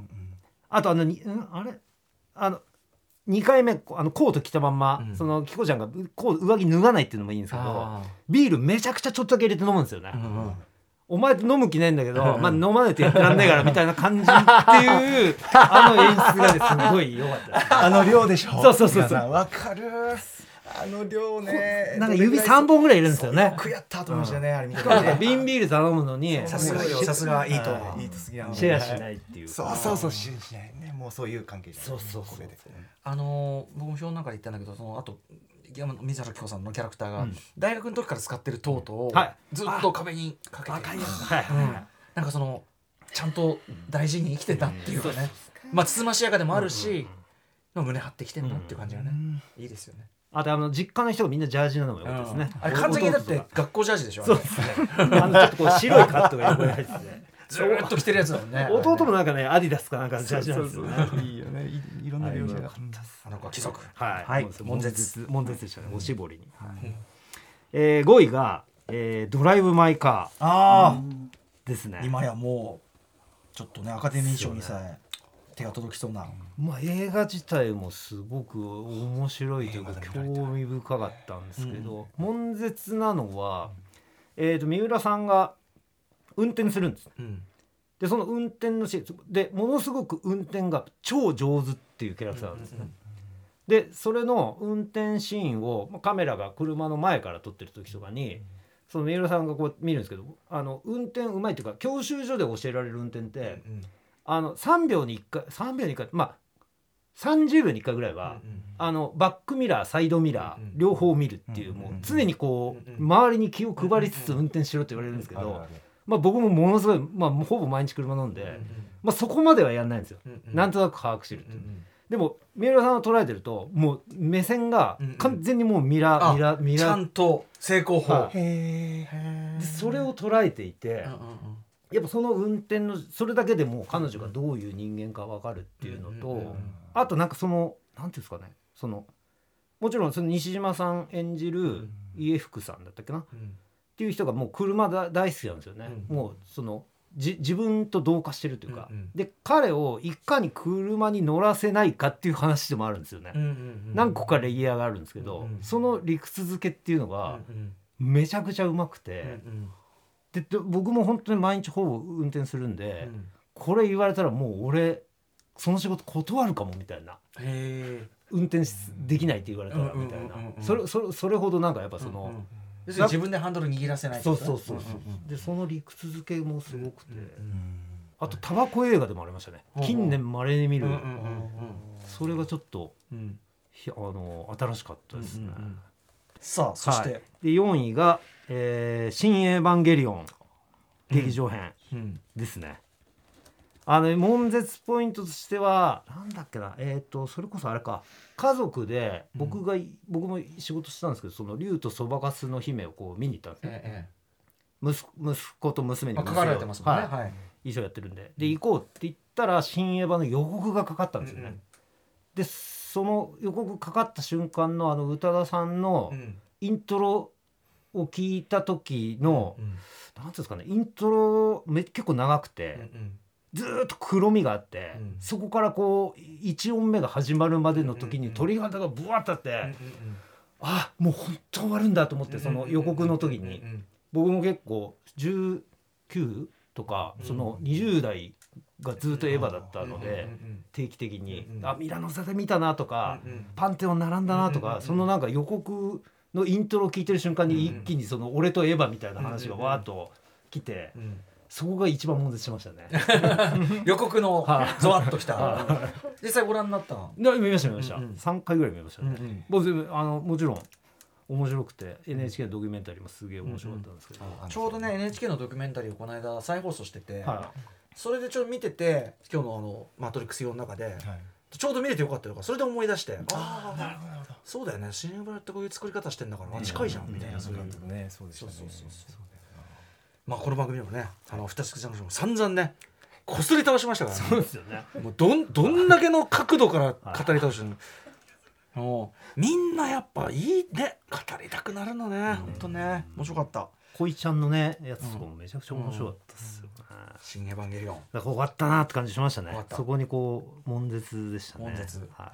うんうん、あとあのに、うん、あれあのにかいめあのコート着たまんま、うん、そのキコちゃんがこう上着脱がないっていうのもいいんですけどビールめちゃくちゃちょっとだけ入れて飲むんですよね、うんうん、お前飲む気ないんだけど、うんまあ、飲まないとやってらんねえからみたいな感じっていうあの演出がですごい良かったあの量でしょそうそうそうそうわかるあの量ねなんか指さんぼんぐらいいるんですよねよくやったと思いましたね、うん、あれ見てね瓶ビール頼むのにさすがさすがいいといいとすぎなんでシェアしないっていうそうそうそうシェアしないねもうそういう関係じゃないそうそうそうこれであのー、僕も表の中で言ったんだけどそのあと水原希子さんのキャラクターが、うん、大学の時から使ってるトートを、はい、ずっと壁にかけてる、はいうん、なんかそのちゃんと大事に生きてたっていうかね、うん、まあつつましやかでもあるし、うん、胸張ってきてんなっていう感じがね、うん、いいですよねあとあの実家の人がみんなジャージなのもよかったですね、 うん、あれ完全にだって学校ジャージでしょそうですねあのちょっとこう白いカットが横に入っててずーっと着てるやつだもんね弟もなんかねアディダスかなんかジャージなんですよねそうそうそういいよね い, いろんな描写があの子は貴族はい、 はい、 悶絶悶絶でしたね、うん、おしぼりに、はいえー、ごいが、えー、ドライブマイカーあですね今やもうちょっとねアカデミー賞にさえ手が届きそうな、 まあ、映画自体もすごく面白いというか興味深かったんですけど、うん、悶絶なのは、えーと、三浦さんが運転するんです、うん、でその運転のシーンでものすごく運転が超上手っていうキャラクターなんですね、うんうんうん、でそれの運転シーンをカメラが車の前から撮ってる時とかに、うん、その三浦さんがこう見るんですけどあの運転うまいっていうか教習所で教えられる運転って、うんうんあのさんびょうにいっかいさんびょうにいっかいまあさんじゅうびょうにいっかいぐらいは、うんうん、あのバックミラーサイドミラー、うんうん、両方見るっていう、うんうん、もう常にこう、うんうん、周りに気を配りつつ運転しろって言われるんですけど、うんうん、まあ、僕もものすごい、まあ、ほぼ毎日車飲んで、うんうんまあ、そこまではやんないんですよ、うんうん、なんとなく把握してるっていう、うんうん、でも三浦さんを捉えてるともう目線が完全にもうミラー、うんうん、ミラーミラーちゃんと成功法、 はい、へでそれを捉えていて、うんうんうんやっぱその運転のそれだけでもう彼女がどういう人間か分かるっていうのと、 うんうんうんうん、 あとなんかそのなんていうんですかね、そのもちろんその西島さん演じる家福さんだったっけな、 うんっていう人がもう車だ大好きなんですよね、 うん、 もうそのじ自分と同化してるというか、 うんうん、 で彼をいかに車に乗らせないかっていう話でもあるんですよね、 うんうんうん、 何個かレイヤーがあるんですけど、 うんうん、 その理屈付けっていうのがめちゃくちゃうまくて、うんうん、でで僕も本当に毎日ほぼ運転するんで、うん、これ言われたらもう俺その仕事断るかもみたいな、 へ運転できないって言われたらみたいな、それそれそれほどなんかやっぱその、うんうん、 要するに自分でハンドル握らせない、 そうそうそうそう、うんうん、でその理屈付けもすごくて、うんうん、あとタバコ映画でもありましたね、うんうん、近年稀に見る、うんうんうん、それがちょっと、うん、あの新しかったですね、うんうん、 さあそして、 はい、でよんいが、えー、新エヴァンゲリオン劇場編ですね、うんうん、あの悶絶ポイントとしてはなんだっけな、えーとそれこそあれか、家族で僕が、うん、僕も仕事してたんですけど、その竜とそばかすの姫をこう見に行ったんですね、ええ、息, 息子と娘に書かれてますもんね、 はいはい、衣装やってるんで、で行こうって言ったら新エヴァの予告がかかったんですよね、うんうん、でその予告かかった瞬間のあの宇多田さんのイントロを聞いた時の、うんうん、なんていうんですかね、イントロめ結構長くて、うんうん、ずーっと黒みがあって、うん、そこからこういち音目が始まるまでの時に鳥肌がブワッとあって、うんうんうん、あもう本当終わるんだと思って、その予告の時に、うんうんうん、僕も結構じゅうきゅうとか、うん、そのにじゅう代がずっとエヴァだったので、うんうんうん、定期的に、うんうん、あミラノ座で見たなとか、うんうん、パンテオン並んだなとか、うんうんうん、そのなんか予告のイントロを聞いてる瞬間に一気にその俺とエヴァみたいな話がわーっと来て、うんうんうん、そこが一番悶絶しましたね予告のゾワッときた実際ご覧になったの？ 見ました見ました、うんうん、さんかいぐらい見ましたね、うんうん、あのもちろん面白くて エヌエイチケー のドキュメンタリーもすげえ面白かったんですけど、うんうん、 ちょうどね エヌエイチケー のドキュメンタリーをこの間再放送してて、はい、それでちょっと見てて今日のあのマトリックスよんの中で、はい、ちょうど見れてよかったとかそれで思い出して、ああなるほどなるほど、そうだよね、シネブラってこういう作り方してんだから、ね、近いじゃんみたいな、そういうね、そうでしたね。 まあこの番組でもね、あのアフターシックスジャンクションも散々ねこすり倒しましたからね。 そうですよね。 もうどんどんだけの角度から語り倒してるの。もうみんなやっぱいいね、語りたくなるのね、本当ね、面白かった。 恋ちゃんのねやつとかもめちゃくちゃ面白かったですよね、 うんうん、新エヴァンゲリオン。だから終わったなって感じしましたね。そこにこう悶絶でしたね。 悶絶、 はい、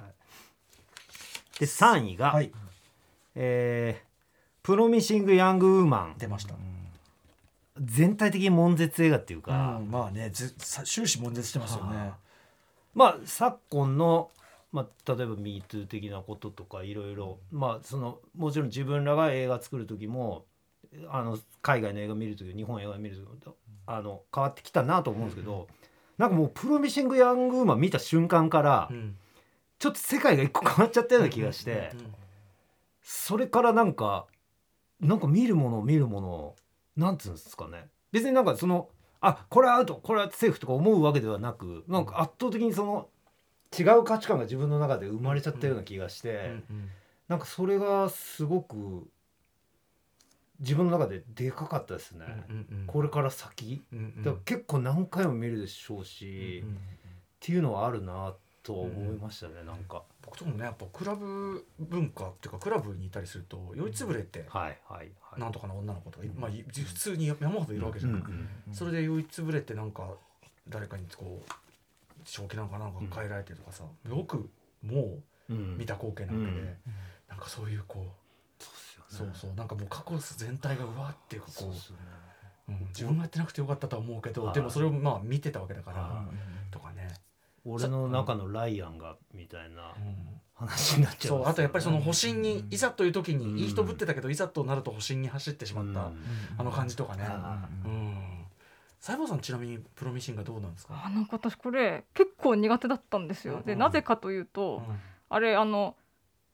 でさんいが、はい、えー、プロミシング・ヤング・ウーマン出ました、うん、 全体的に悶絶映画っていうか、 うん、まあね終始悶絶してますよね。 まあ昨今の、まあ、例えば ミートゥー 的なこととかいろいろ、まあそのもちろん自分らが映画作る時もあの海外の映画見る時日本映画見る時あの変わってきたなと思うんですけど、うん、なんかもうプロミシング・ヤング・ウーマン見た瞬間から、うん、ちょっと世界が一個変わっちゃったような気がして、うんうんうん、それからなんかなんか見るもの見るものなんていうんですかね、別になんかそのあこれはアウトこれはセーフとか思うわけではなく、なんか圧倒的にその違う価値観が自分の中で生まれちゃったような気がして、うんうんうん、なんかそれがすごく自分の中ででかかったですね、うんうんうん、これから先、うんうん、だから結構何回も見るでしょうし、うんうんうん、っていうのはあるなと思いましたね、うん、なんか僕ともねやっぱクラブ文化っていうかクラブにいたりすると酔いつぶれて、うんはいはいはい、なんとかの女の子とか、まあ、普通に山ほどいるわけじゃない、うんうんうん、それで酔いつぶれてなんか誰かにこう正気なんかなんか変えられてとかさ、うん、よくもう見た光景なわけで、うんうん、なんかそういうこうそうそうなんかもう過去全体がうわっていうかこう、そうそうね、うん、自分がやってなくてよかったとは思うけど、でもそれをまあ見てたわけだからとかね、 俺の中のライアンがみたいな話になっちゃう、ね、 そうあとやっぱりその保身にいざという時にいい人ぶってたけどいざとなると保身に走ってしまったあの感じとかね、うんうん、西郷さんちなみにプロミシンがどうなんですか？ あなんか私これ結構苦手だったんですよ。でなぜかというと、うん、あれあの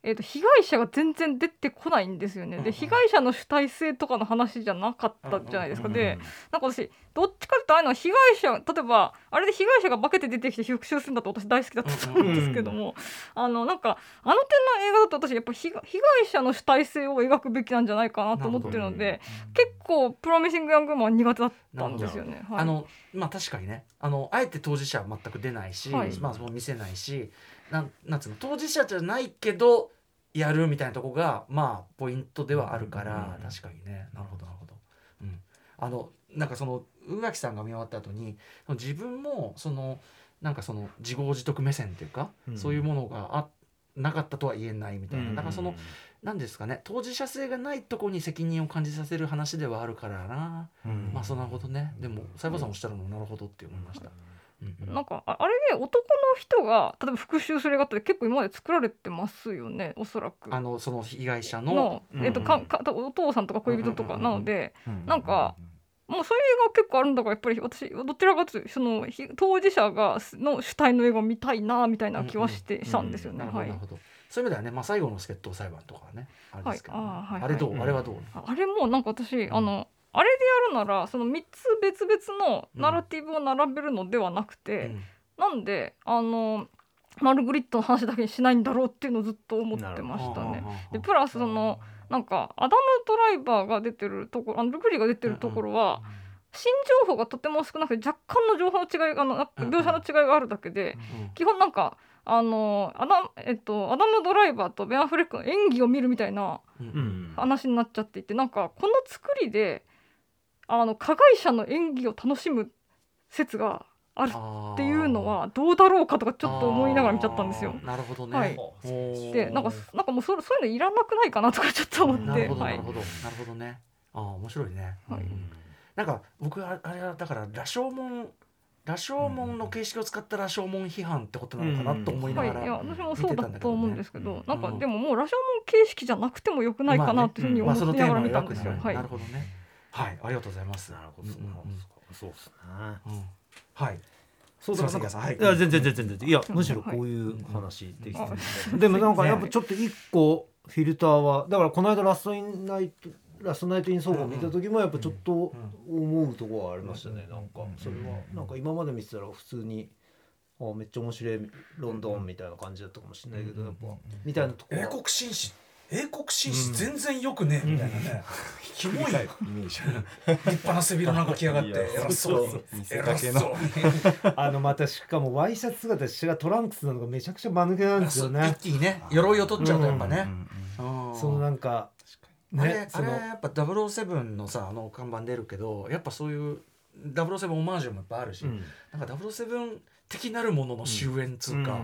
えー、と被害者が全然出てこないんですよね。で被害者の主体性とかの話じゃなかったじゃないですか。でなんか私どっちかっていうとああいうのは被害者、例えばあれで被害者が化けて出てきて復讐するんだと私大好きだったと思うんですけども、あのなんかあの点の映画だと私やっぱ被害者の主体性を描くべきなんじゃないかなと思ってるので、結構プロミシング・ヤング・マンは苦手だったんですよね。はい、 あのまあ確かにね、あのあえて当事者は全く出ないし、 はい、 まあ、その見せないし、なんなんつうの、当事者じゃないけどやるみたいなとこがまあポイントではあるから、うん、確かにね。なるほどなるほど、うん、あのなんかその宇垣さんが見終わった後に自分もそのなんかその自業自得目線っていうか、うん、そういうものがあなかったとは言えないみたいな、うん、だからその何ですかね、当事者性がないところに責任を感じさせる話ではあるからな、うん、まあそうなるほどね。でもサイバーさんおっしゃるのなるほどって思いました。うんうん、なんかあれで男の人が例えば復讐する映画って結構今まで作られてますよね、おそらく。あのその被害者 の, の、えーとかかお父さんとか恋人とかなので、なんかもうそういう映画結構あるんだから、やっぱり私どちらかというとその当事者がの主体の映画を見たいなみたいな気はして、うんうん、したんですよね。はい。そういう意味ではね、まあ、最後の助っ人裁判とかはねあれですけど、ね、はい、あ、はいはい、あれどう、あれはどう、あれもなんか私、うん、あのあれでやるならそのみっつ別々のナラティブを並べるのではなくて、うん、なんであのマルグリットの話だけにしないんだろうっていうのをずっと思ってましたね。でプラスそのなんかアダム・ドライバーが出てるところ、あのルグリが出てるところは、うんうん、新情報がとても少なくて若干の情報の違いが、あの描写の違いがあるだけで、うんうん、基本なんかあのアダ、えっと、アダム・ドライバーとベン・アフレックの演技を見るみたいな話になっちゃっていて、なんかこの作りであの加害者の演技を楽しむ説があるっていうのはどうだろうかとかちょっと思いながら見ちゃったんですよ。なるほどね。はい、でなんかなんかもう そ, そういうのいらなくないかなとかちょっと思って。なるほどなるほど、はい、なるほどね。ああ面白いね。はい、うん、なんか僕はあれはだから羅生門羅生門の形式を使った羅生門批判ってことなのかなと思いながら、うん、はい、いや私もそうだと思うんですけど、うん、なんかでももう羅生門形式じゃなくてもよくないかなっていうふうに思いながら見たんですよ。なるほどね。はい、ありがとうございます。なるほど、うんうん、そうですね、うん、はい。そうだからはい、いや全然全然全然いやむしろこういう話できてる、うん、でもなんかやっぱちょっと一個フィルターはだからこの間ラストインナイトラストナイトインソーゴを見た時もやっぱちょっと思うところはありましたね。なんかそれはなんか今まで見てたら普通にあめっちゃ面白いロンドンみたいな感じだったかもしれないけど、やっぱみたいなところ英国紳士英国紳士全然よくねみたいなね、キモいイメージ立派な背広なんか着やがって偉そうに偉そうにあのまたしかもワイシャツ姿でがトランクスなのがめちゃくちゃ間抜けなんですよね。一気にね鎧を取っちゃうとやっぱね、そのなんかね、あれ、あれやっぱダブルオーセブンのさあの看板出るけど、やっぱそういうダブルオーセブンオマージュもやっぱあるし、うん、なんかダブルオーセブン的なるものの終焉つうか、うん、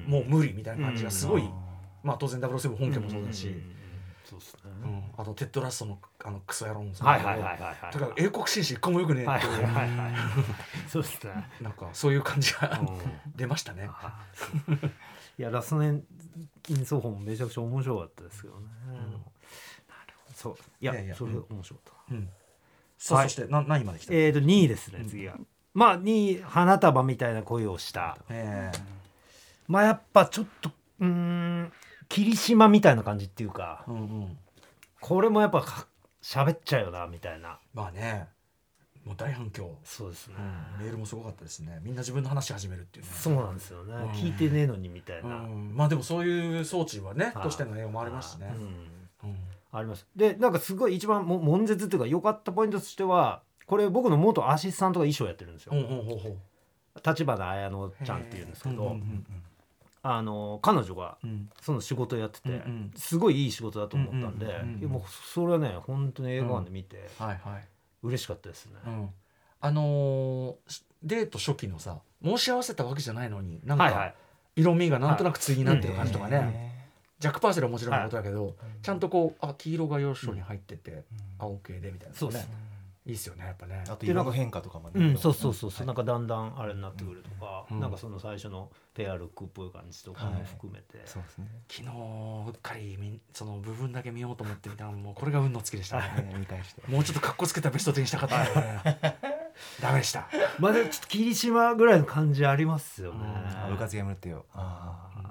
もう無理みたいな感じがすごい、うん、まあ当然ダブルオーセブン本家もそうだし、うんうんそうですね、うん、あとテッドラストのあのクソ野郎もそうだけど、はいはいはいはい、だから英国紳士一個もよくねえっていう、はいはいはい、そうですね、なんかそういう感じが出ましたね。いやラストイン奏法もめちゃくちゃ面白かったですけどね、うんそういや、いやいやそれ面白かった、うん、さあ、はい、そしてな何まで来たえーとにいですね、次は、うん、まあにい花束みたいな恋をした、えー、まあやっぱちょっとうーん霧島みたいな感じっていうか、うんうん、これもやっぱ喋っちゃうよなみたいな。まあねもう大反響。そうですね、うん、メールもすごかったですね。みんな自分の話し始めるっていうね。そうなんですよね、うん、聞いてねえのにみたいな、うん、まあでもそういう装置はねとしての映画もありますしね、うんうん、あります。でなんかすごい一番も悶絶っていうか良かったポイントとしては、これ僕の元アシスタントが衣装やってるんですよ、立花綾乃ちゃんっていうんですけど、うんうんうんうん、あの彼女がその仕事やってて、うんうん、すごいいい仕事だと思ったんで、うんうんうん、もうそれはね本当に映画館で見て、うんはいはい、嬉しかったですね、うん、あのー、デート初期のさ申し合わせたわけじゃないのになんか色味がなんとなく対になってる感じとかね、はいはい、ジャック・パーセルはもちろんのことだけど、はい、ちゃんとこうあ黄色が要所に入ってて、うん、青系でみたいな、ね、そうですね、いいっすよねやっぱね。あと色の変化とかもね、うん、そうそうそうそう、はい、なんかだんだんあれになってくるとか、うん、なんかその最初のペアルックっぽい感じとかも含めて、はい、そうですね、昨日うっかりその部分だけ見ようと思ってみたらもうこれが運の尽きでしたね見返してもうちょっとカッコつけたベストテンにしたかったねダメでした。まあでもちょっと霧島ぐらいの感じありますよね。部活やめるってよ。あ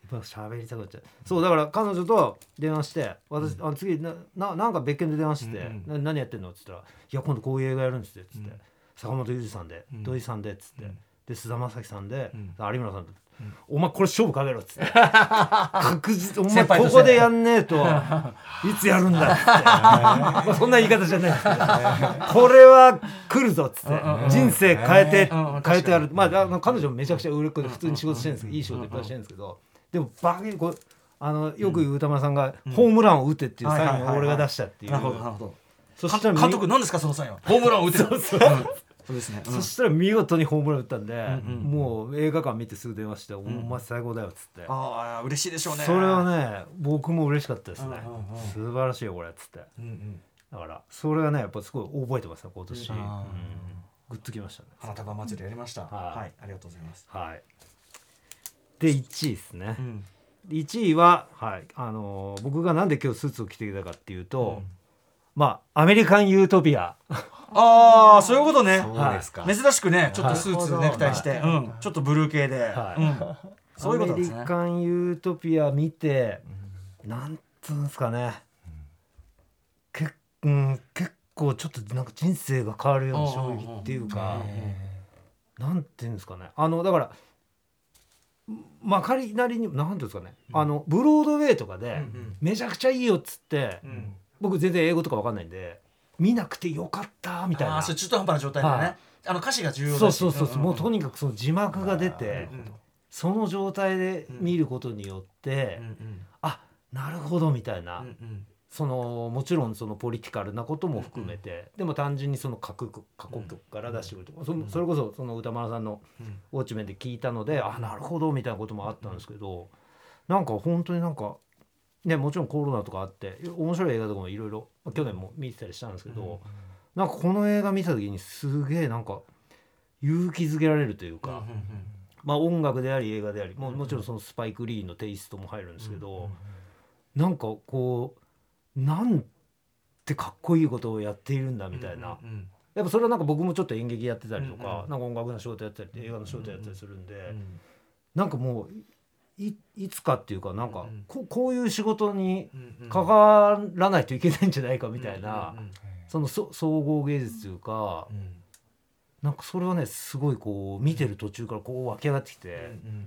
ぱ喋りたくなっちゃう。そうだから彼女と電話して私、うん、あの次 な, な, なんか別件で電話して、うんうん、何やってんのって言ったらいや今度こういう映画やるんですってつって、うん、坂本龍二さんで、うん、土井さんでっつって、うん、で菅田将暉さんで、うん、有村さんで、うん、お前これ勝負かけろっつって確実お前ここでやんねえといつやるんだっつってまあそんな言い方じゃないですけどこれは来るぞっつって人生変えて変えてやる。まああの彼女もめちゃくちゃ売れっ子で普通に仕事してるんですけどいい仕事いっぱいしてるんですけどでもバカにこうあのよく言う歌丸さんがホームランを打てっていうサインを俺が出したっていう。なるほどなるほど。そしたら監督何ですかそのサインは。ホームランを打てそうそうそうですね、うん、そしたら見事にホームラン打ったんで、うんうん、もう映画館見てすぐ電話して、うん、お前最高だよっつって、 ああ嬉しいでしょうね。それはね僕も嬉しかったですね、うんうんうん、素晴らしいよこれっつって、うんうん、だからそれがねやっぱすごい覚えてますね今年、うんうん、グッときましたね。 花束祭りやりました、うん、はい、ありがとうございます、 はい、でいちいですね、うん、いちいは、はいあのー、僕がなんで今日スーツを着てきたかっていうと、うん、まあアメリカンユートピアああそういうことね。そうですか。珍しくねちょっとスーツネクタイして、はいうん、ちょっとブルー系で、はいうん、そういうことですね。 アメリカンユートピア見て、うん、なんつうんですかね、うんけうん、結構ちょっとなんか人生が変わるような衝撃っていうか、なんていうんですかねあのだからまかりなりになんていうんですかね、うん、あのブロードウェイとかで、うんうん、めちゃくちゃいいよっつって、うん、僕全然英語とか分かんないんで見なくてよかったみたいな。 あそれ中途半端な状態でね、はい、あの歌詞が重要だしそうそうそう、うんうん、もうとにかくその字幕が出て、うん、その状態で見ることによって、うんうん、あなるほどみたいな、うんうん、そのもちろんそのポリティカルなことも含めて、うん、でも単純にその過去曲から出してくるとか、うん、そ, それこそその歌丸さんのウォッチメンで聞いたので、うん、あなるほどみたいなこともあったんですけど、なんか本当になんかね、もちろんコロナとかあって面白い映画とかもいろいろ去年も見てたりしたんですけど、うん、なんかこの映画見た時にすげえなんか勇気づけられるというか、うんうんうん、まあ音楽であり映画であり も, もちろんそのスパイク・リーのテイストも入るんですけど、うんうんうん、なんかこうなんてかっこいいことをやっているんだみたいな、うんうんうん、やっぱそれはなんか僕もちょっと演劇やってたりとか、うんうん、なんか音楽の仕事やったり映画の仕事やったりするんで、うんうん、なんかもうい, いつかっていうかなんか、うん、こ, こういう仕事に関わらないといけないんじゃないかみたいな、うんうんうん、そのそ総合芸術というか、うん、なんかそれはねすごいこう見てる途中からこう湧き上がってきて、うんうん、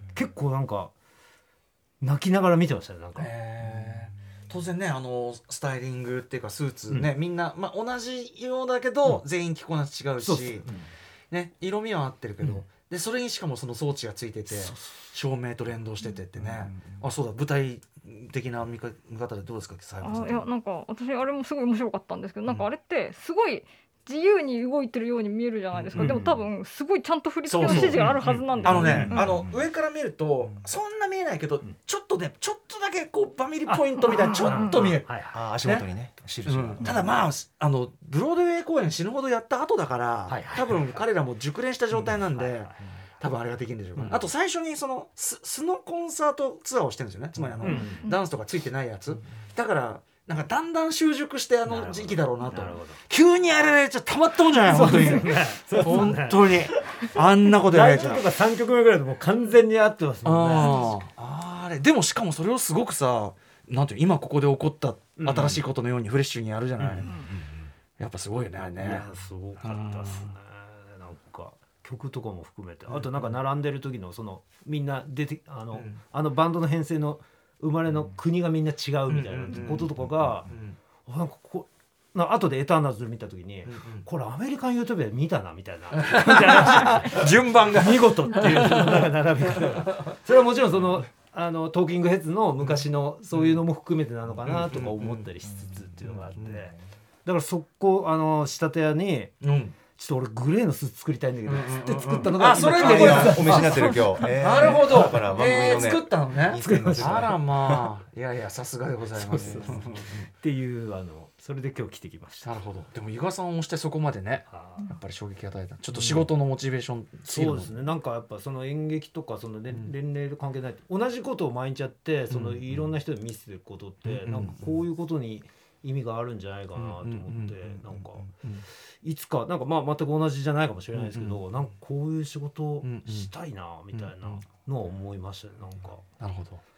結構なんか泣きながら見てましたねなんか、 えー、当然ねあのスタイリングっていうかスーツね、うん、みんな、まあ、同じようだけど、うん、全員着こなし違うし、うんね、色味は合ってるけど、うんでそれにしかもその装置がついてて照明と連動しててってね、うん、あそうだ舞台的な見方でどうですか最後。 あいやなんか私あれもすごい面白かったんですけど、うん、なんかあれってすごい自由に動いてるように見えるじゃないですか、うん、でも多分すごいちゃんと振り付けの指示があるはずなんですよね。 あのね、うん、あの上から見るとそんな見えないけど、うん、ちょっとねちょっとだけこうバミリポイントみたいなちょっと見える、 はい、あ足元にね印が、 うん、ただまああのブロードウェイ公演死ぬほどやった後だから、はいはいはい、多分彼らも熟練した状態なんで、うんはいはいはい多分あれができるんでしょうか、ねうん、あと最初にその素のコンサートツアーをしてるんですよねつまりあの、うん、ダンスとかついてないやつ、うん、だからなんかだんだん習熟してあの時期だろうなと急にやられちゃたまったもんじゃない本当に本当にあんなことやられちゃうとかさんきょくめぐらいでもう完全に合ってますもんね。ああれでもしかもそれをすごくさなんていう今ここで起こった新しいことのようにフレッシュにやるじゃない、うんうんうん、やっぱすごいよねあれね。いやすごかったっすね。なんか曲とかも含めてあとなんか並んでる時のそのみんな出てあの、うん、あのバンドの編成の生まれの国がみんな違うみたいなこととかがなんかこうな後でエターナルズ見た時に、うんうん、これアメリカンユートピアで見たなみたいな順番が見事っていうそのなんか並び方がそれはもちろんそのあのトーキングヘッズの昔のそういうのも含めてなのかなとか思ったりしつつっていうのがあってだからそこあの仕立て屋に、うんちょっと俺グレーのスーツ作りたいんだけど、うんうんうん、つって作ったのがあそれでこれお召しになってる今日、えー、 なるほどだから番組のね、 えー、作ったのね作りましたあらまあいやいやさすがでございますそうそうそうっていうあのそれで今日着てきました。 なるほど。でも伊賀さんをしてそこまでねやっぱり衝撃を与えたちょっと仕事のモチベーション、うん、 そうですねなんかやっぱその演劇とかその、ねうん、年齢と関係ない同じことを毎日やってそのいろんな人に見せてることって、うん、なんかこういうことに意味があるんじゃないかなと思ってなんかいつかなんかまあ全く同じじゃないかもしれないですけどなんかこういう仕事をしたいなみたいなのは思いましたねなんか。 なるほど。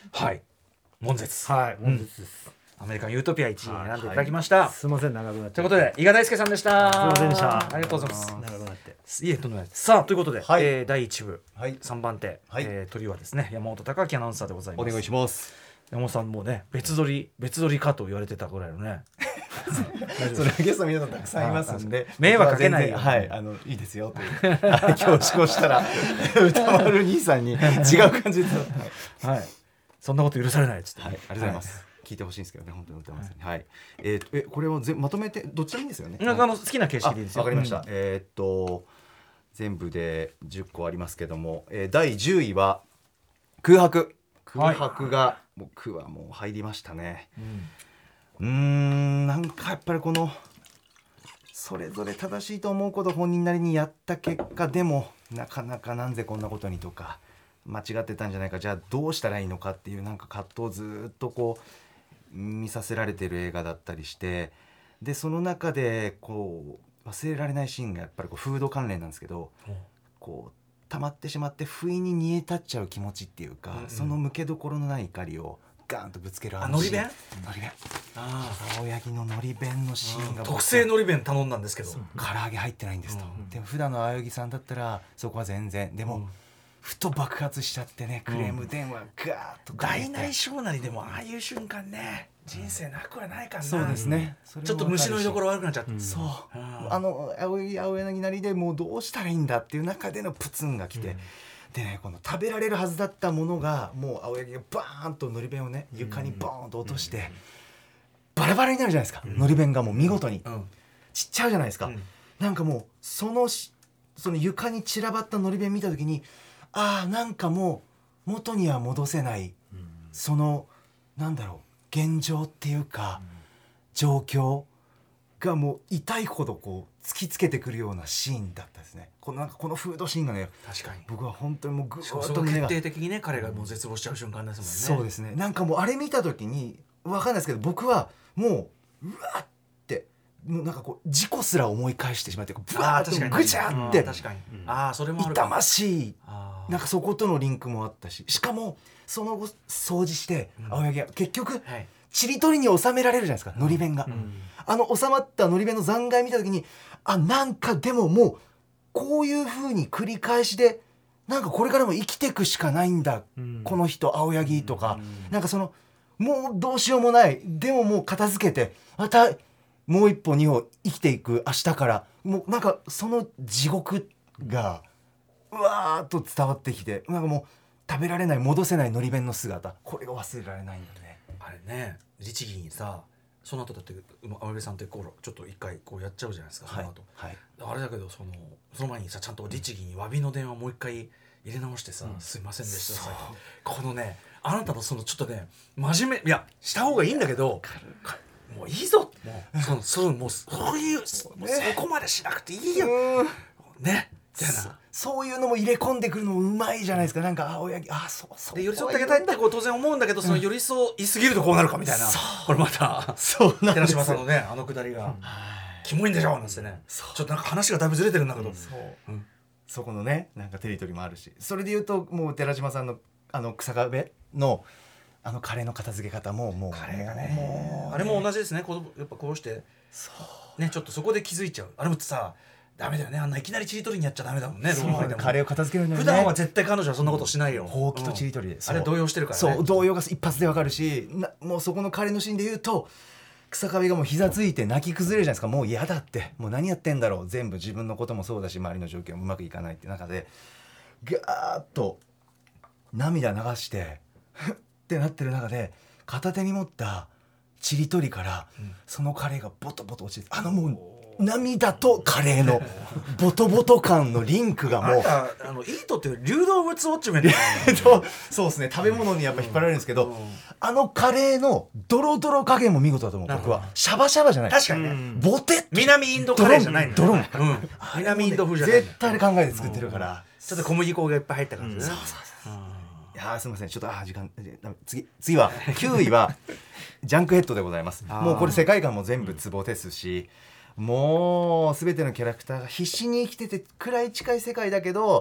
はい悶絶、 はい、悶絶です。 アメリカンユートピアいちいに選んでいただきました、はい、 すいません長くなっちゃうということで伊賀大輔さんでした。 すいませんでした。 ありがとうございます。 長くなっていえとんでもないです。さあということで、 はいえー、だいいち部、 はい、 さんばん手、 はい、 えー、鳥はですね山本貴明アナウンサーでございます。 お願いします。 山本さんもね別撮り別撮りかと言われてたぐらいのねそれはゲスト皆さんたくさんいますんで迷惑かけないよ、 はい、あのいいですよという恐縮をしたら歌丸兄さんに違う感じではいそんなこと許されないっつって、 はい、ありがとうございます、はい、聞いてほしいんですけどね本当に歌丸さんに、はい、えーと、えこれをぜまとめてどっちでもいいんですよね。 なんかあの好きな形式でいいですよ。 わかりました、うん、えー、っと全部でじゅっこありますけども、えー、だいじゅういは空白空白が、はい、僕はもう入りましたね。うん、うーんなんかやっぱりこのそれぞれ正しいと思うこと本人なりにやった結果でもなかなかなんでこんなことにとか間違ってたんじゃないかじゃあどうしたらいいのかっていうなんか葛藤をずっとこう見させられてる映画だったりしてでその中でこう忘れられないシーンがやっぱりこうフード関連なんですけど、うん、こう溜まってしまって不意に煮え立っちゃう気持ちっていうか、うんうん、その向けどころのない怒りをガーンとぶつけるあのシーン。あ、のり弁？のり弁。ああ、青柳ののり弁のシーンが、うん、 特製のり弁頼んだんですけど、 唐揚げ入ってないんですと。うん、でも普段の青柳さんだったらそこは全然でも、うん、ふと爆発しちゃってねクレーム電話ガーッとかけて、 大なり小なりでもああいう瞬間ね人生なくはないからな。 そうですね、 うん、ちょっと虫の居所悪くなっちゃって、 うん、そう、うん、あの青柳青柳なりでもうどうしたらいいんだっていう中でのプツンが来て、うんでね、この食べられるはずだったものがもう青柳がバーンとのり弁をね床にボーンと落として、うん、バラバラになるじゃないですか、うん、のり弁がもう見事に、うん、ちっちゃうじゃないですか、うん、なんかもうそのその床に散らばったのり弁見た時にああなんかもう元には戻せない、うん、そのなんだろう現状っていうか、うん、状況がもう痛いほどこう突きつけてくるようなシーンだったですね。このなんかこのフードシーンがね、 確かに僕は本当にもうグーッと胸が決定的にね彼がもう絶望しちゃう瞬間ですもんね。 そうですね。なんかもうあれ見た時に分かんないですけど僕はもううわってもうなんかこう事故すら思い返してしまってブワーッとぐちゃって確かに、うん、ああそれもある痛ましいなんかそことのリンクもあったししかもその後掃除して青柳が結局、はい、ちりとりに収められるじゃないですかのり弁が、うん、あの収まったのり弁の残骸見た時にあなんかでももうこういう風に繰り返しでなんかこれからも生きていくしかないんだ、うん、この人青柳とか、うん、なんかそのもうどうしようもないでももう片付けてまたもう一歩二歩生きていく明日からもうなんかその地獄がうわーっと伝わってきてなんかもう食べられない戻せないのり弁の姿これが忘れられないんだね。 あれね律儀にさその後だって青柳さんってこうちょっと一回こうやっちゃうじゃないですかその後、はいはい、あれだけどそのその前にさちゃんと律儀に詫びの電話もう一回入れ直してさ、うん、すいませんでしたさこのねあなたのそのちょっとね真面目いやした方がいいんだけどもういいぞもうそのそうもうそういうもうそこまでしなくていいよねみたいなそういうのも入れ込んでくるのもうまいじゃないですか。なんか青柳あそうそうで寄り添ってあげたいってこう当然思うんだけどその寄り添いすぎるとこうなるかみたいな、うん、これまたそうなんです寺島さんのねあのくだりが、うん、キモいんでしょなんてねちょっとなんか話がだいぶずれてるんだけど、うん、そう、 うん、そこのねなんかテリトリーもあるしそれで言うともう寺島さんのあの草壁のあのカレーの片付け方ももうカレーがねもうあれも同じですねこうやっぱこうしてそうねちょっとそこで気づいちゃうあれもさダメだよねあんないきなりちりとりにやっちゃダメだもんねカレーを片付けるのにね普段は絶対彼女はそんなことしないよ、うん、 ほうきとちりとりで、うん、 あれ動揺してるからねそう動揺が一発でわかるしなもうそこのカレーのシーンで言うと草壁がもう膝ついて泣き崩れるじゃないですかもう嫌だってもう何やってんだろう全部自分のこともそうだし周りの状況もうまくいかないって中でガーッと涙流してフッってなってる中で片手に持ったちりとりから、うん、そのカレーがボトボト落ちてあのもう涙とカレーのボトボト感のリンクがもうああのイートっていう流動物ウォッチメントそうですね食べ物にやっぱ引っ張られるんですけど、うん、あのカレーのドロドロ加減も見事だと思う僕はシャバシャバじゃない確かにねボテッ南インドカレーじゃないのドロン、うん、 南インド風じゃない絶対に考えて作ってるから、うん、 ちょっと小麦粉がいっぱい入った感じね、うん、そうそうそう、うん、いやすみませんちょっとあ時間次次はきゅういはジャンクヘッドでございますもうこれ世界観も全部ツボですし、うん、もう全てのキャラクターが必死に生きててくらい近い世界だけど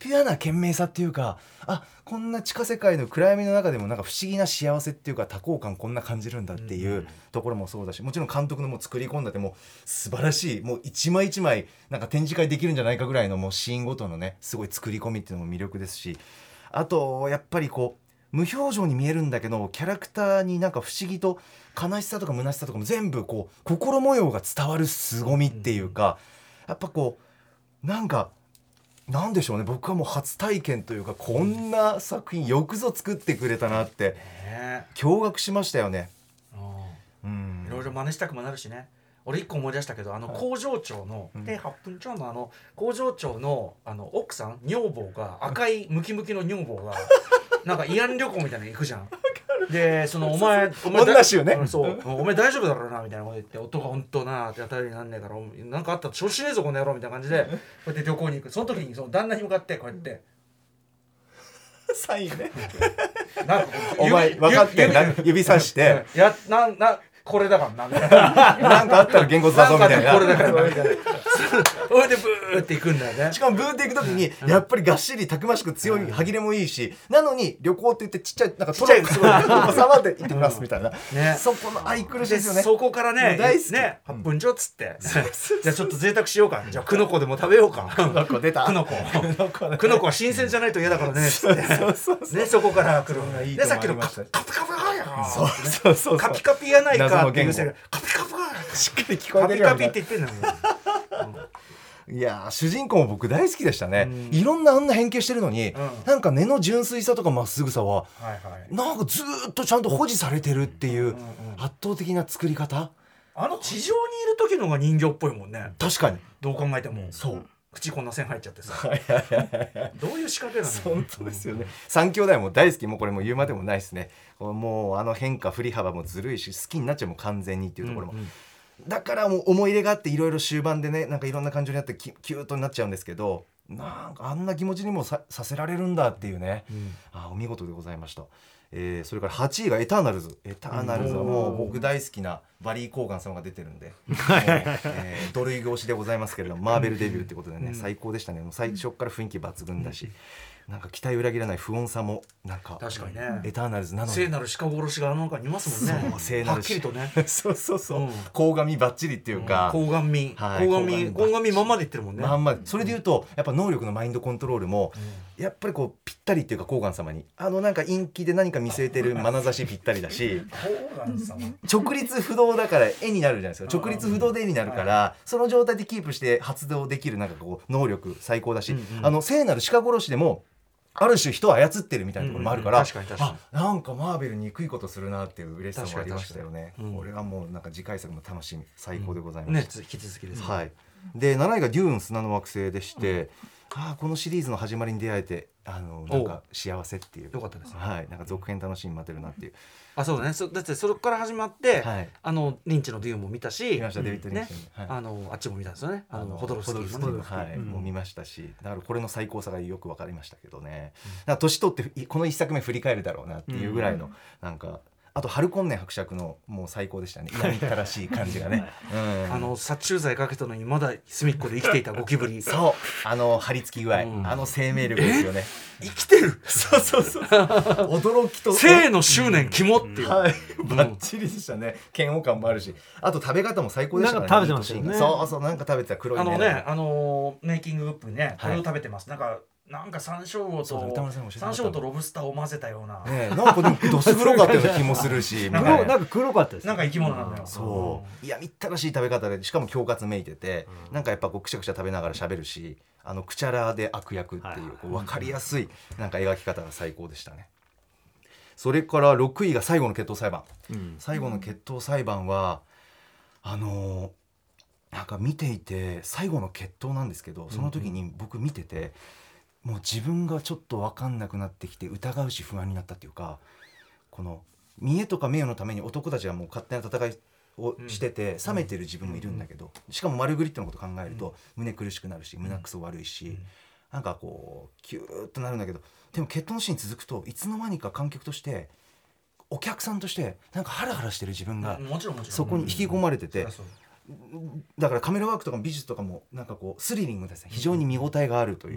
ピュアな賢明さっていうか、あこんな地下世界の暗闇の中でもなんか不思議な幸せっていうか多幸感こんな感じるんだっていうところもそうだし、もちろん監督のもう作り込んだってもう素晴らしい、もう一枚一枚なんか展示会できるんじゃないかぐらいのもうシーンごとのねすごい作り込みっていうのも魅力ですし、あとやっぱりこう無表情に見えるんだけどキャラクターになんか不思議と悲しさとか虚しさとかも全部こう心模様が伝わる凄みっていうか、やっぱこうなんかなんでしょうね、僕はもう初体験というか、こんな作品よくぞ作ってくれたなって驚愕しましたよね。 うん、いろいろ真似したくもなるしね。俺一個思い出したけど、あの工場長の、はい、ではっぷん長のあの工場長のあの奥さん女房が赤いムキムキの女房がなんか慰安旅行みたいなの行くじゃん。でそのお前お前女衆ね、 そうお前大丈夫だろうなみたいなこと言って、夫が本当なって当たりになんねえからなんかあったら調子ねえぞこの野郎みたいな感じでこうやって旅行に行く。その時にその旦那に向かってこうやってサインねなんかお前分かってんな指さしてやななこれだからなみたいななんかあったらげんこつだぞみたいな、 これだからなみたいなそれでブーっていくんだよね。 しかもブーっていく時にやっぱりがっしりたくましく強い歯切れもいいし、なのに旅行って言ってちっちゃいなんかトロップすごい収まって行ってきますみたいな、ね、そこの愛くるしいですよね。 そこからね大好きねはっぷんちょっつってじゃあちょっと贅沢しようか、じゃあくのこでも食べようかくのこ出たくのこくのこは新鮮じゃないと嫌だからねつってね、そこから来るでさっきのカピカピカやそうそうそうカピカピやないかっていうせいカピカピしっかり聞こえてるよカピカピって言ってんのよいや主人公も僕大好きでしたね、うん、いろんなあんな変形してるのに、うん、なんか根の純粋さとかまっすぐさは、はいはい、なんかずっとちゃんと保持されてるっていう圧倒的な作り方。 あの地上にいる時のが人形っぽいもんね。 確かにどう考えても。 そう口こんな線入っちゃってさどういう仕掛けなの。本当ですよね。三兄弟も大好き、もうこれも言うまでもないですね。もうあの変化振り幅もずるいし好きになっちゃうも完全にっていうところも、うんうん、だからもう思い入れがあっていろいろ終盤でねなんかいろんな感情になってキューッとなっちゃうんですけど、なんかあんな気持ちにも さ, させられるんだっていうね、うん、あお見事でございました。えー、それからはちいがエターナルズ。エターナルズはもう僕大好きなバリー・コーガン様が出てるんで、えー、土塁越しでございますけれどもマーベルデビューってことでね、うん、最高でしたね。もう最初から雰囲気抜群だし、なんか期待裏切らない不穏さもなんか確かにねエターナルズなのに聖なる鹿殺しがあの中にいますもんね。 そう聖なるはっきりとねそうそうそう、うん、鴻上バッチリっていうか、 鴻上鴻上鴻上まんまで言ってるもんね。 まんまで。それで言うとやっぱ能力のマインドコントロールも、うん、やっぱりこうぴったりっていうかコーガン様にあのなんか陰気で何か見据えてる眼差しぴったりだし直立不動だから絵になるじゃないですか。直立不動で絵になるからその状態でキープして発動できるなんかこう能力最高だし、うんうん、あの聖なる鹿殺しでもある種人を操ってるみたいなところもあるから、うんうん、確かに確かにあなんかマーベルに憎いことするなっていう嬉しさもありましたよね。こ、うん、れはもうなんか次回作も楽しみ最高でございます、 うんね、引き続きですね、 はい、でなないがデューン砂の惑星でして、うんあこのシリーズの始まりに出会えてあのなんか幸せっていうよかったですね、 はい、なんか続編楽しみに待てるなっていう。 あそうだね。そだってそれから始まって、はい、あのリンチのデューンも見たし見ました、デビッド・リンチ、 ねはい、あのあっちも見たんですよね。あのホドロフスキーの、 はい、うん、もう見ましたし、だからこれの最高さがよく分かりましたけどね、うん、だから年取ってこの一作目振り返るだろうなっていうぐらいの、うん、なんかあとハルコンネン伯爵のもう最高でしたね。嫌みったらしい感じがね、 うん、あの殺虫剤かけたのにまだ隅っこで生きていたゴキブリそうあの張り付き具合、うん、あの生命力ですよね。 生きてるそうそうそう驚きと生の執念肝っていう、 うん、はいバッチリでしたね。嫌悪感もあるしあと食べ方も最高でしたね。 なんか食べてましたよね。 そうそうなんか食べてた黒いねあのねあのメイキングウップねこれを食べてます、はい、なんかなんか山椒と山椒とロブスターを混ぜたような、 ね、なんかでもどす黒かったような気もするしなんかなんか黒かったです、ね、 なんか生き物なんだよ。 そういやみったらしい食べ方でしかも恐喝めいてて、うん、なんかやっぱこうくしゃくしゃ食べながら喋るしあのくちゃらで悪役っていう、はい、こう分かりやすいなんか描き方が最高でしたね。それからろくいが最後の決闘裁判、うん、最後の決闘裁判はあのー、なんか見ていて最後の決闘なんですけどその時に僕見ててもう自分がちょっと分かんなくなってきて疑うし不安になったっていうかこの見栄とか名誉のために男たちはもう勝手な戦いをしてて冷めてる自分もいるんだけどしかもマルグリットのこと考えると胸苦しくなるし胸くそ悪いしなんかこうキューッとなるんだけどでも決闘のシーン続くといつの間にか観客としてお客さんとしてなんかハラハラしてる自分がそこに引き込まれててだからカメラワークとか美術とかもなんかこうスリリングですね非常に見応えがあるという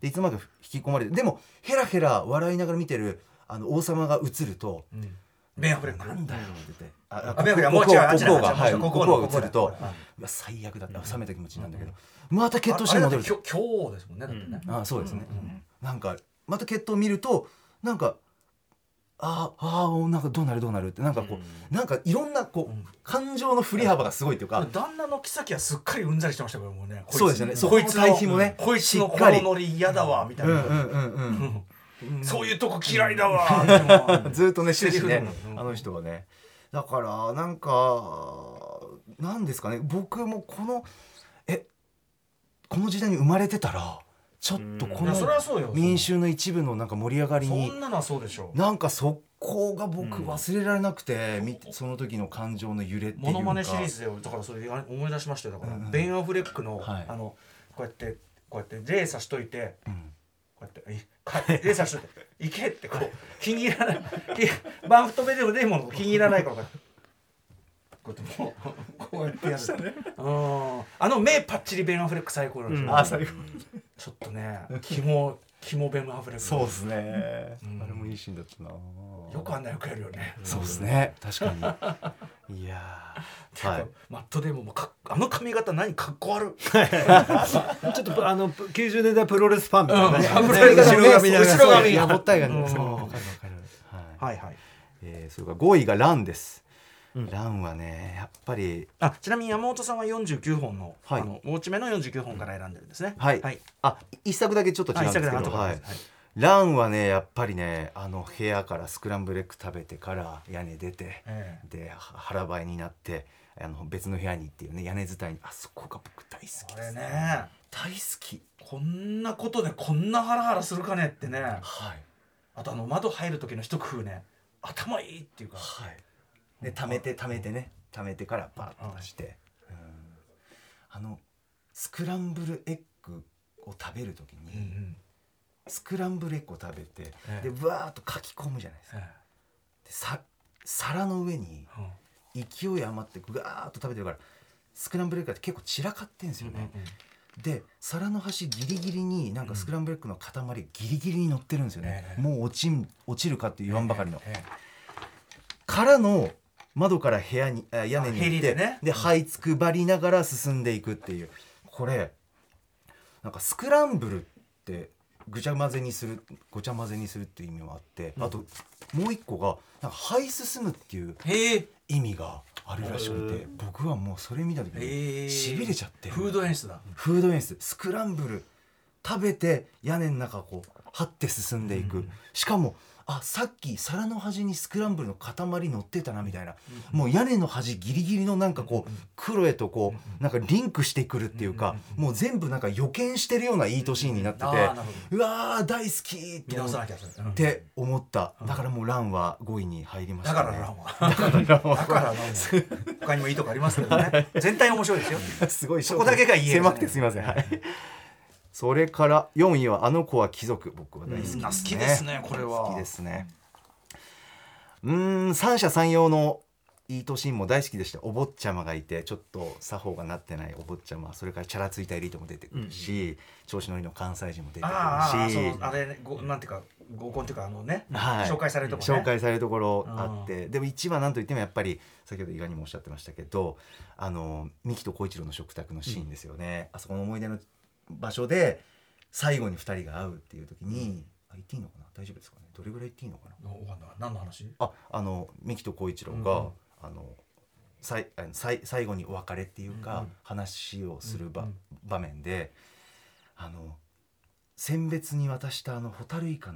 でいつまで引き込まれて、でもヘラヘラ笑いながら見てるあの王様が映ると、 うん、ベンアフレックなんだよって言って、ああベンアフレックもう違うあっちだここがはいここここが映ると、 ここだうわ最悪だった冷めた気持ちなんだけど、また決闘シーン戻る。 今日ですもんねだってね。 あそうですね。なんかまた決闘見るとなんかあああなんかどうなるどうなるってなんかこうなんかいろんなこう感情の振り幅がすごいっていうか、 旦那の妃はすっかりうんざりしてましたからもうね。 そうですよね。 こいつの対比もねこいつのこのノリ嫌だわみたいな。 うんうんうんうん。 そういうとこ嫌いだわずっとねしてるしね、 うんあの人はね。だからなんかなんですかね、僕もこのえこの時代に生まれてたらちょっとこの民衆の一部のなんか盛り上がりにそんなのはそうでしょう。 なんかそこが僕忘れられなくて、見てその時の感情の揺れっていうか、 モノマネシリーズでだからそれ思い出しましたよ。だからベン・アフレックのはいあのこうやってこうやってレーサしといてうんこうやっていかレーサしといて行けってこう気に入らないきバンフトベルデーモンの気に入らないからこうやってもうこうやってやる。うんあの目パッチリベン・アフレック最高なんですよ。 あ最後ちょっとね肝肝ベン・アフレック。 そうですね、 うんあれもいいシーンだったな。 よくあんな役やるよね。 そうですね確かにいやーはいマットデーモンもかあの髪型何かっこ悪い。 ちょっとあのきゅうじゅうねんだいプロレスファンみたいなね、 うんプロレス後ろ髪長い後ろ髪いやもったいがね、 うんそうわかるわかる、はいはいはい。 えーそれからごいがランです、 うんランはねやっぱりあちなみに山本さんはよんじゅうきゅうほんの、 はいあの大ちめのよんじゅうきゅうほんから選んでるんですね。 はい、 はい。 あ一作だけちょっと違うんですけあ一作ど、はいだけ後からですランはねやっぱりねあの部屋からスクランブルエッグ食べてから屋根出て、 えでは腹ばいになってあの別の部屋にっていうね屋根伝いに、あそこが僕大好きこれですねね大好き。 こんなことでこんなハラハラするかねってね。 はいあとあの窓入る時の一工夫ね頭いいっていうか。 はいで溜めて溜めてね溜めてからパッと出して、うんあのスクランブルエッグを食べる時に、 うんうんスクランブルエッグを食べて、 ええでブワーッとかき込むじゃないですか。 えでさ皿の上にえうん勢い余ってぐわーっと食べてるからスクランブルエッグって結構散らかってんですよね、 うんうんで皿の端ギリギリになんかスクランブルエッグの塊ギリギリに乗ってるんですよね、 ええもう落ちん落ちるかって言わんばかりの、 ええからの窓から部屋にあ屋根にあヘ行ってリでねで這いつくばりながら進んでいくっていう、これなんかスクランブルってぐちゃ混ぜにするごちゃ混ぜにするっていう意味もあって、あともう一個がなんか這い進むっていうへえ意味があるらしくて、僕はもうそれ見た時へえにしびれちゃって、 フード演出だ。 フード演出スクランブル食べて屋根の中こう張って進んでいく、 うんしかもあさっき皿の端にスクランブルの塊乗ってたなみたいな、もう屋根の端ギリギリのなんかこう黒へとこうなんかリンクしてくるっていうか、もう全部なんか予見してるようないい年になってて、 あーなるほうわー大好きって見直さなきゃそれうんって思った。だからもうランはごいに入りましたね。 だからランはだからランはだからランは他にもいいとこありますけどね全体面白いですよ。 すごいそこだけが言えるじゃない狭くてすみません。はい。それからよんいはあの子は貴族、僕は大好きですね。 うんあ好きですねこれは好きですね。うーん三者三様のいいとシーンも大好きでした。お坊ちゃまがいてちょっと作法がなってないお坊ちゃま、それからチャラついたエリートも出てくるし、調子乗りの関西人も出てくるし、 ああそのあれねごなんていうか合コンっていうかあのね、 はい、 紹介されるとこね紹介されるところあって、でも一番なんといってもやっぱり先ほど伊賀にもおっしゃってましたけど、あの三木と浩一郎の食卓のシーンですよね、うん、あそこの思い出の場所で最後にふたりが会うっていう時に、うん、あ言っていいのかな、大丈夫ですかね、どれぐらい言っていいのかな、 わかんない何の話、 ああの三木と浩一郎が、うん、あのさいあのさい最後にお別れっていうか、うん、話をする場、うん、場面であの選別に渡したあのホタルイカの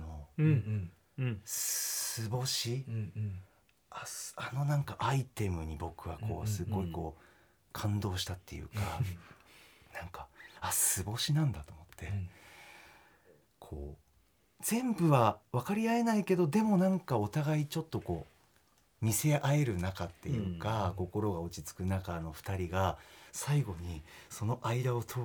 巣干し、うんうん、あ, あのなんかアイテムに僕はこうすごいこう感動したっていうか、うん、なんかあ巣干しなんだと思って、うん、こう全部は分かり合えないけどでもなんかお互いちょっとこう見せ合える仲っていうか、うん、心が落ち着く中のふたりが最後にその間を通る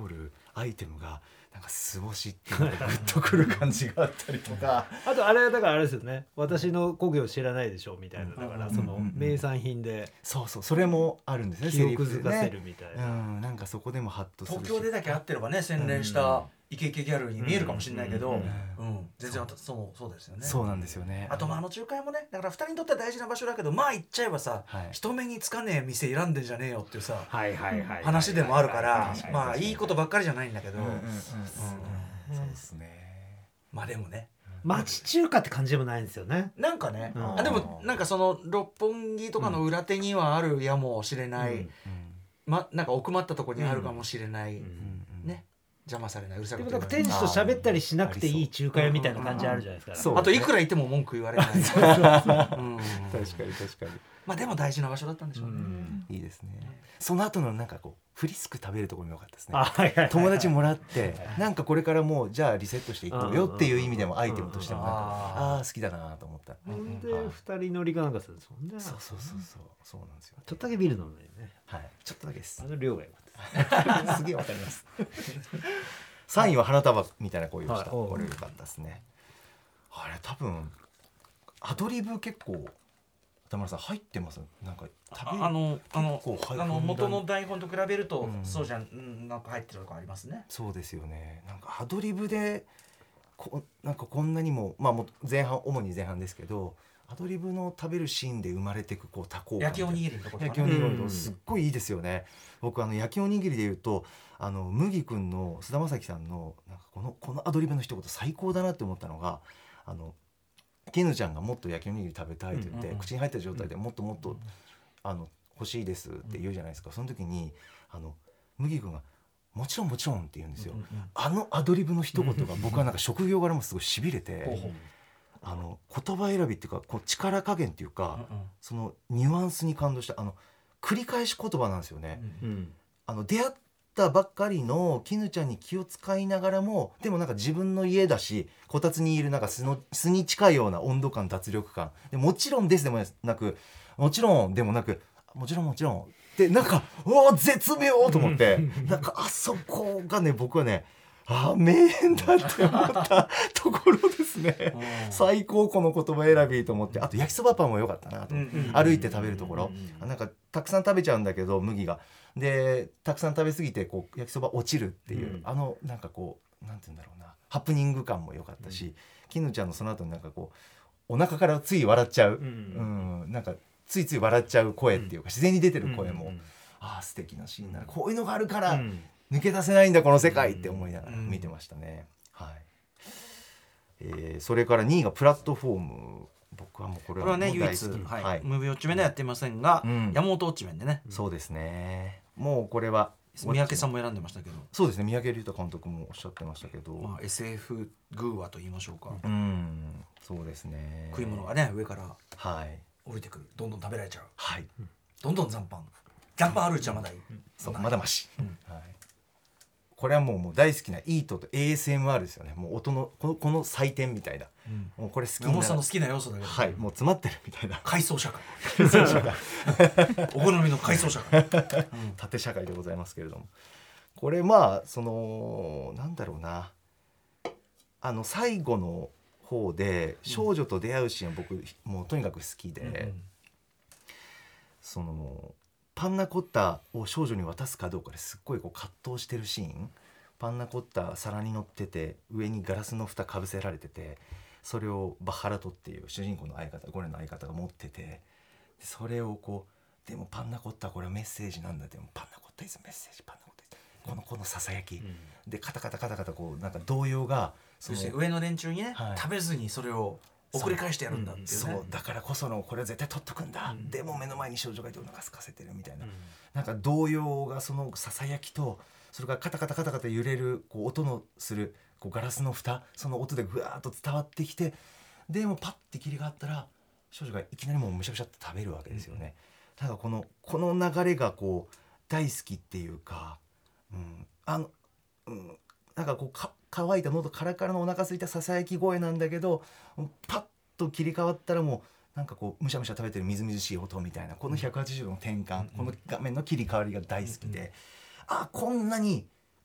アイテムがなんか素干しっていうのでグッとくる感じがあったりとかあとあれはだからあれですよね、私の故郷知らないでしょみたいな、だからその名産品でそうそうそれもあるんですね、 記憶づかせるみたいな、 うん、なんかそこでもハッとするし東京でだけ合ってればね洗練したイケイケギャルに見えるかもしれないけど、うんうん全然そうそうですよね。 そうなんですよね。 あとまああの仲介もねだからふたりにとっては大事な場所だけど、まあ言っちゃえばさ、 はい人目につかねえ店選んでんじゃねえよっていうさはいはいはいはい話でもあるから確かにまあいいことばっかりじゃないんだけど、 うんうんうんうんそうですね。 まあでもね町中華って感じでもないんですよね。 なんかね、 うんあでもなんかその六本木とかの裏手にはあるやもしれない、 うんま、なんか奥まったところにあるかもしれない、 うんね邪魔されないうるさでくもなんか店主と喋ったりしなくていい中華屋みたいな感じあるじゃないですか。 そうあといくら言っても文句言われないうん確かに確かに。 まあでも大事な場所だったんでしょうね、 いいですね。その後のなんかこうフリスク食べるところも良かったですね。 あはいはいはい友達もらってなんかこれからもうじゃあリセットしていこうよっていう意味でもアイテムとしてもなんかああー好きだなと思った。 ほんで二人乗りかなんかするんですもんね。 そうそうそうそうそうなんですよ。 ちょっとだけビール飲んでね。 はいちょっとだけですあ。の量が良かったです。 すげえわかります。さんいは花束みたいな声をした。 はいこれ良かったですね。あれ多分アドリブ結構田村さん入ってます。なんかああのあの結構あの元の台本と比べると、 うんそうじゃん、うんなんか入ってるとこありますね。 そうですよね。なんかアドリブでこなんかこんなにもまあもう前半主に前半ですけどアドリブの食べるシーンで生まれていくこう多幸感焼きおにぎりのところとかね焼きおにぎりうんのすっごいいいですよね。僕あの焼きおにぎりで言うとあの麦くんの菅田将暉さんのなんかこのこのアドリブの一言最高だなって思ったのがあの絹ちゃんがもっと焼きおにぎり食べたいと言って、 うんうんうん口に入った状態でもっともっと、あの欲しいですって言うじゃないですか。その時にあの麦くんがもちろんもちろんって言うんですよ。 うんうんあのアドリブの一言が僕はなんか職業柄もすごいしびれてほうほうあの言葉選びっていうかこう力加減っていうか、 うんうんそのニュアンスに感動したあの繰り返し言葉なんですよね。 うんあの出会ったばっかりの絹ちゃんに気を使いながらもでもなんか自分の家だしこたつにいるなんか素の素に近いような温度感脱力感でもちろんですでもなくもちろんでもなくもちろんもちろんでなんかおお絶妙と思ってなんかあそこがね僕はねあ名演だって思ったところですね最高この言葉選びと思ってあと焼きそばパンも良かったなと思ってうんうん歩いて食べるところなんかたくさん食べちゃうんだけど麦がでたくさん食べ過ぎてこう焼きそば落ちるっていう、 うんあのなんかこうなんて言うんだろうなハプニング感も良かったし絹ちゃんのその後になんかこうお腹からつい笑っちゃう、 うんうんなんかついつい笑っちゃう声っていうか、自然に出てる声も、 うんああ素敵なシーンだなこういうのがあるからうん抜け出せないんだこの世界って思いながら見てましたね、はいえーそれからにいがプラットフォーム僕はもうこれこれはねもう唯一、 大好きはいはいムービーウォッチメンではやってませんが、 うん山本ウォッチメンでねそうですねもうこれは三宅さんも選んでましたけど、 そうですね三宅龍太監督もおっしゃってましたけど、 まあ、エスエフ グーワと言いましょうか、 うんそうですね食い物がね上からはい降りてくるどんどん食べられちゃうはいどんどん残飯残飯あるうちはまだいい、 そうまだまし、 うんはい、これはもうもう大好きなイートと エーエスエムアール ですよねもう音のこのこの採点みたいな、もうこれ好きな山本さんの好きな要素だけど、 はいもう詰まってるみたいな階層社会お好みの階層社会、 縦社会でございますけれどもこれまあそのなんだろうなあの最後の方で少女と出会うシーンは僕もうとにかく好きで、 うんそのパンナコッタを少女に渡すかどうかですっごいこう葛藤してるシーンパンナコッタ皿に乗ってて上にガラスの蓋かぶせられててそれをバッハラトっていう主人公の相方ゴレンの相方が持っててそれをこうでもパンナコッタはこれはメッセージなんだでもパンナコッタイズメッセージパンナコッタイズこのこのささやき、でカタカタカタカタこうなんか動揺がそして上の連中にね、 はい食べずにそれを送り返してやるんだっていうね、 そうだからこそのこれは絶対取っとくんだ、でも目の前に少女がいてお腹空かせてるみたいな、なんか動揺がそのささやきとそれからカタカタカタカタ揺れるこう音のするこうガラスの蓋その音でぐわーっと伝わってきてでもパッて切り替わったら少女がいきなりもうむしゃむしゃって食べるわけですよね、うん、なんかこのこの流れがこう大好きっていうか、うん、あの、うん、なんかこうか乾いた喉カラカラのお腹空いたささやき声なんだけどパッと切り替わったらもうなんかこうむしゃむしゃ食べてるみずみずしい音みたいなこのひゃくはちじゅうどの転換、うん、この画面の切り替わりが大好きで、うん、あこんなに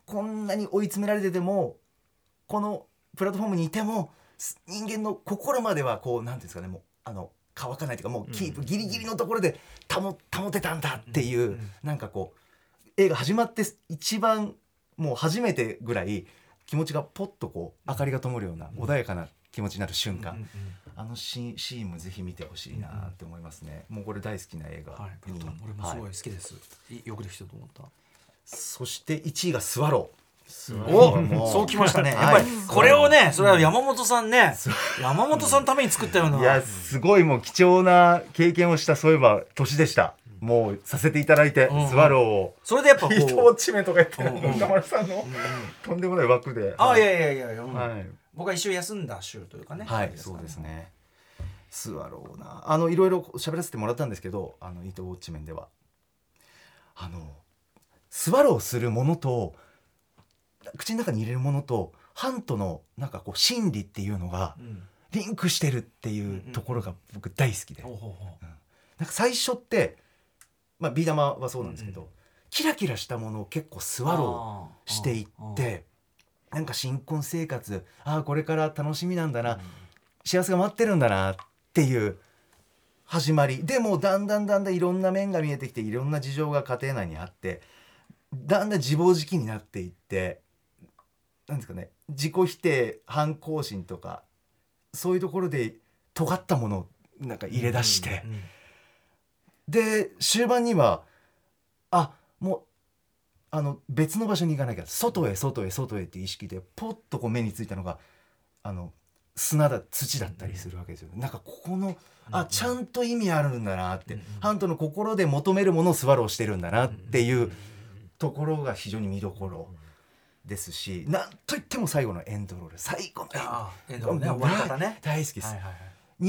こんなに追い詰められててもこのプラットフォームにいても人間の心まではこうなんていうんですかねもうあの乾かないというかもうキープギリギリのところで保、保てたんだっていう、うん、なんかこう映画始まって一番もう初めてぐらい気持ちがポッとこう明かりが灯るような穏やかな気持ちになる瞬間、うんうんうん、あのシシーンもぜひ見てほしいなって思いますね、うんうん、もうこれ大好きな映画、はい、 俺もすごい好きです、はい、よくできたと思った。 そしていちいがスワロー。 おそうきましたね、やっぱりこれをねそれは山本さんね、うん、山本さんのために作ったような、 いやすごいもう貴重な経験をしたそういえば年でした。もうさせていただいて、うん、スワローをそれでやっぱこうヒートウォッチメンとか言ってる、うん、歌丸さんの、うん、とんでもない枠で、 あ、はい、いやいやいや、うん、はい、僕は一週休んだ週というかね、 はい、そうですね。スワローなあのいろいろ喋らせてもらったんですけど、あのヒートウォッチメンではあのスワローするものと口の中に入れるものとハントのなんかこう心理っていうのがリンクしてるっていうところが僕大好きで、うんうん、なんか最初って、まあ、ビー玉はそうなんですけど、うん、キラキラしたものを結構スワローしていってなんか新婚生活ああこれから楽しみなんだな、うん、幸せが待ってるんだなっていう始まりでもだんだんだんだんいろんな面が見えてきていろんな事情が家庭内にあってだんだん自暴自棄になっていってなんですかね、自己否定反抗心とかそういうところで尖ったものをなんか入れ出して、うんうんうん、で終盤にはあもうあの別の場所に行かなきゃ外へ外へ外へっていう意識でポッとこう目についたのがあの砂だ土だったりするわけですよ、うんうん、なんかここのあちゃんと意味あるんだなって、うんうん、ハントの心で求めるものをスワローしてるんだなっていうところが非常に見どころですし、なんといっても最後のエンドロール最後のエンドロールね、終わり方ね大好きです、はいはいはい、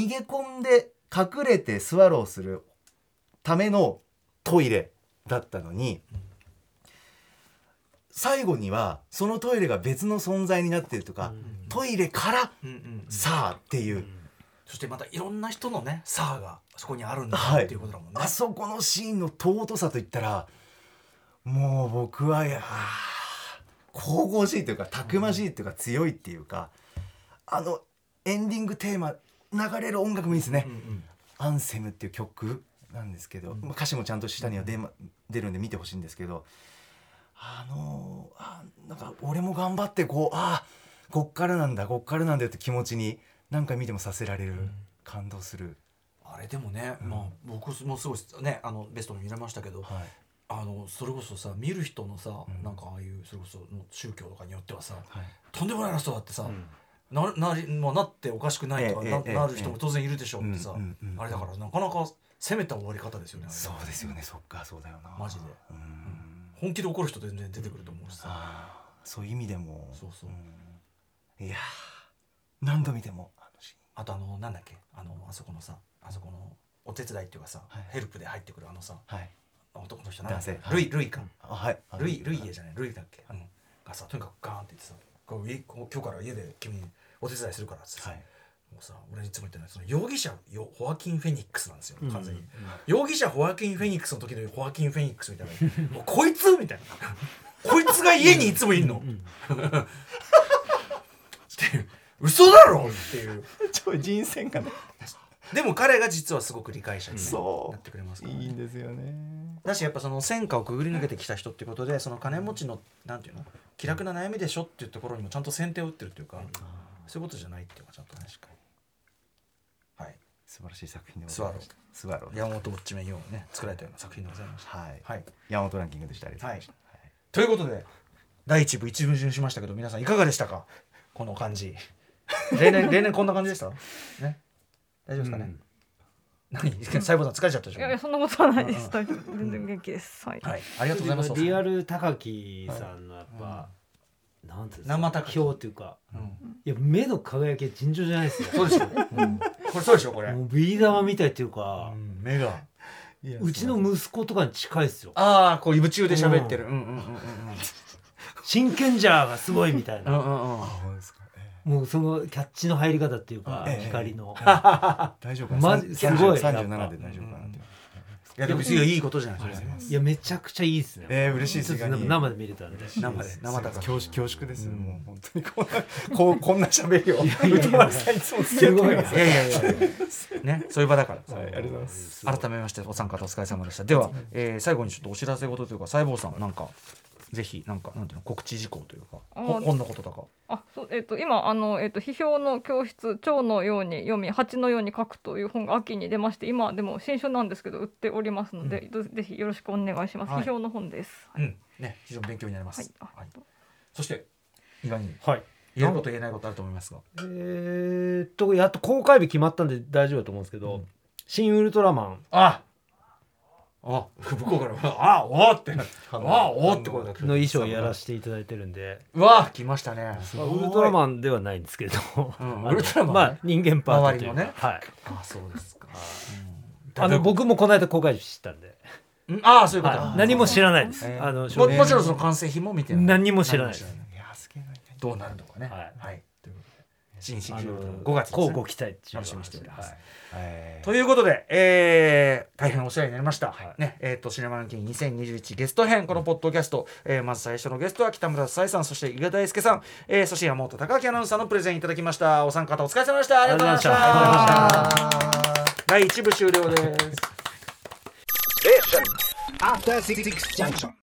逃げ込んで隠れてスワローするためのトイレだったのに、うん、最後にはそのトイレが別の存在になっているとか、うん、トイレから、うんうん、さあっていう、うん、 そしてまたいろんな人のねさあがそこにあるんだっていうことだもんね、 はい、あそこのシーンの尊さといったらもう僕はいや神々しいというかたくましいというか強いっていうか、あのエンディングテーマ流れる音楽もいいですね、うんうん、アンセムっていう曲なんですけど、うん、歌詞もちゃんと下には 出,、ま、出るんで見てほしいんですけど、あのあなんか俺も頑張ってこうあこっからなんだこっからなんだよって気持ちに何回見てもさせられる、うん、感動する。 あれでもね、うんまあ、僕もすごいねあのベストに見れましたけど、はい、あのそれこそさ見る人のさ、うん、なんかああいうそれこそ宗教とかによってはさ、はい、とんでもない人だってさ、うん、な, な, まあ、なっておかしくないとか、ええ な, ええ、なる人も当然いるでしょうってさ、うんうんうん、あれだからなかなか攻めた終わり方ですよね。 そうですよね、そっかそうだよなマジで、うんうん、本気で怒る人全然出てくると思うしさ、 あそういう意味でもそうそう、 うん、いや何度見ても あ, のシーンあとあのなんだっけ あ, のあそこのさあそこのお手伝いっていうかさ、はい、ヘルプで入ってくるあのさ、はい男の人なんだルイルイか、 あ、はい、 ルイルイエじゃないルイだっけ、うん、がさとにかくガーンって言ってさこう今日から家で君にお手伝いするからっつってさ、はい、もうさ俺いつも言ってないその容疑者ホアキン・フェニックスなんですよ完全に、うんうん、容疑者ホアキン・フェニックスの時のホアキン・フェニックスみたいなもうこいつみたいなこいつが家にいつもいんのっていう嘘だろっていうちょい人選がねでも彼が実はすごく理解者に、ね、なってくれますから、ね、 いいんですよね。 だしやっぱその戦火をくぐり抜けてきた人っていうことでその金持ちのなんていうの気楽な悩みでしょっていうところにもちゃんと先手を打ってるっていうか、うん、そういうことじゃないっていうのがちゃんと確かに、はい、 素晴らしい作品でございました。 スワロー山本ウォッチメン用ね作られたような作品でございました。 はい、はい、山本ランキングでした。ありがとうございました、 はいはい、ということでだいいち部一部順しましたけど皆さんいかがでしたかこの感じ例年例年こんな感じでしたね大丈夫ですかね、うん何細胞さん疲れちゃったでしょ。 いやいやそんなことはないです。全然元気です。はい。 はい、ありがとうございます。 リアル高木さんのやっぱ、はい、なんていうんですか。生高木表っていうか、うん、いや目の輝きは尋常じゃないですよ。 そうですよ。うん、これそうでしょこれ。 もうビー玉みたいっていうか、 うん、目がうちの息子とかに近いですよ。 ああこう夢中で喋ってる。うんうんうんうんうん。 真剣じゃーがすごいみたいな。うんうんうん。もうそのキャッチの入り方っていうか、ええ、光の、 大丈夫かな、 マジすごいさんじゅうななで大丈夫かなって、 いやでもいやいいことじゃないですか。 いやめちゃくちゃいいですね。 えー、嬉しいです。 ちょっと生で見れたんで。 生で生だから恐縮恐縮です。もう本当にこんなこうこんな喋りを歌丸さんいつも付き合ってます。 いやいやいやね、そういう場だから。 はい、ありがとうございます。 改めましてお三方お疲れ様でした。では、えー、最後にちょっとお知らせ事というか、細胞さんなんかぜひなんかなんていうの告知事項というか本のこととか。 あ、そうえっ、ー、と今あのえっ、ー、と批評の教室蝶のように読み蜂のように書くという本が秋に出まして、今でも新書なんですけど売っておりますので、うん、ぜひよろしくお願いします。はい、批評の本です。 はい、うんね、非常に勉強になります。はいはい、そして意外に、 はい、 言えること言えないことあると思いますが、 えー、っとやっと公開日決まったんで大丈夫だと思うんですけど、うん、新ウルトラマン、 ああ向こうからあおってあおって声が来るの衣装をやらせていただいてるんで、 うわ来ましたね。 まあ、ウルトラマンではないんですけれども、 うん、ウルトラマン、 まあ人間パートという周りのね、 はい、 あそうですか、 うん、あの僕もこの間公開日知ったんで、 ああそういうこと、 はい、何も知らないです。 えー、 あのも, もちろんその完成品も見てない、 何も知らないです。 どうなるのかね。 はい、 はい、ということで新シリーズごがつですね。 交互期待楽しみにしております。 はい、 ということで、えー、大変お世話になりました。 はい、 ね、えっ、ー、とシネマランキングにせんにじゅういちゲスト編、このポッドキャスト、えー、まず最初のゲストは北村紗耶さん、そして伊賀大輔さん、えー、そして山本貴明アナウンサーのプレゼンいただきました。お三方お疲れ様でした。ありがとうございました。だいいち部終了です。 After Six Junction.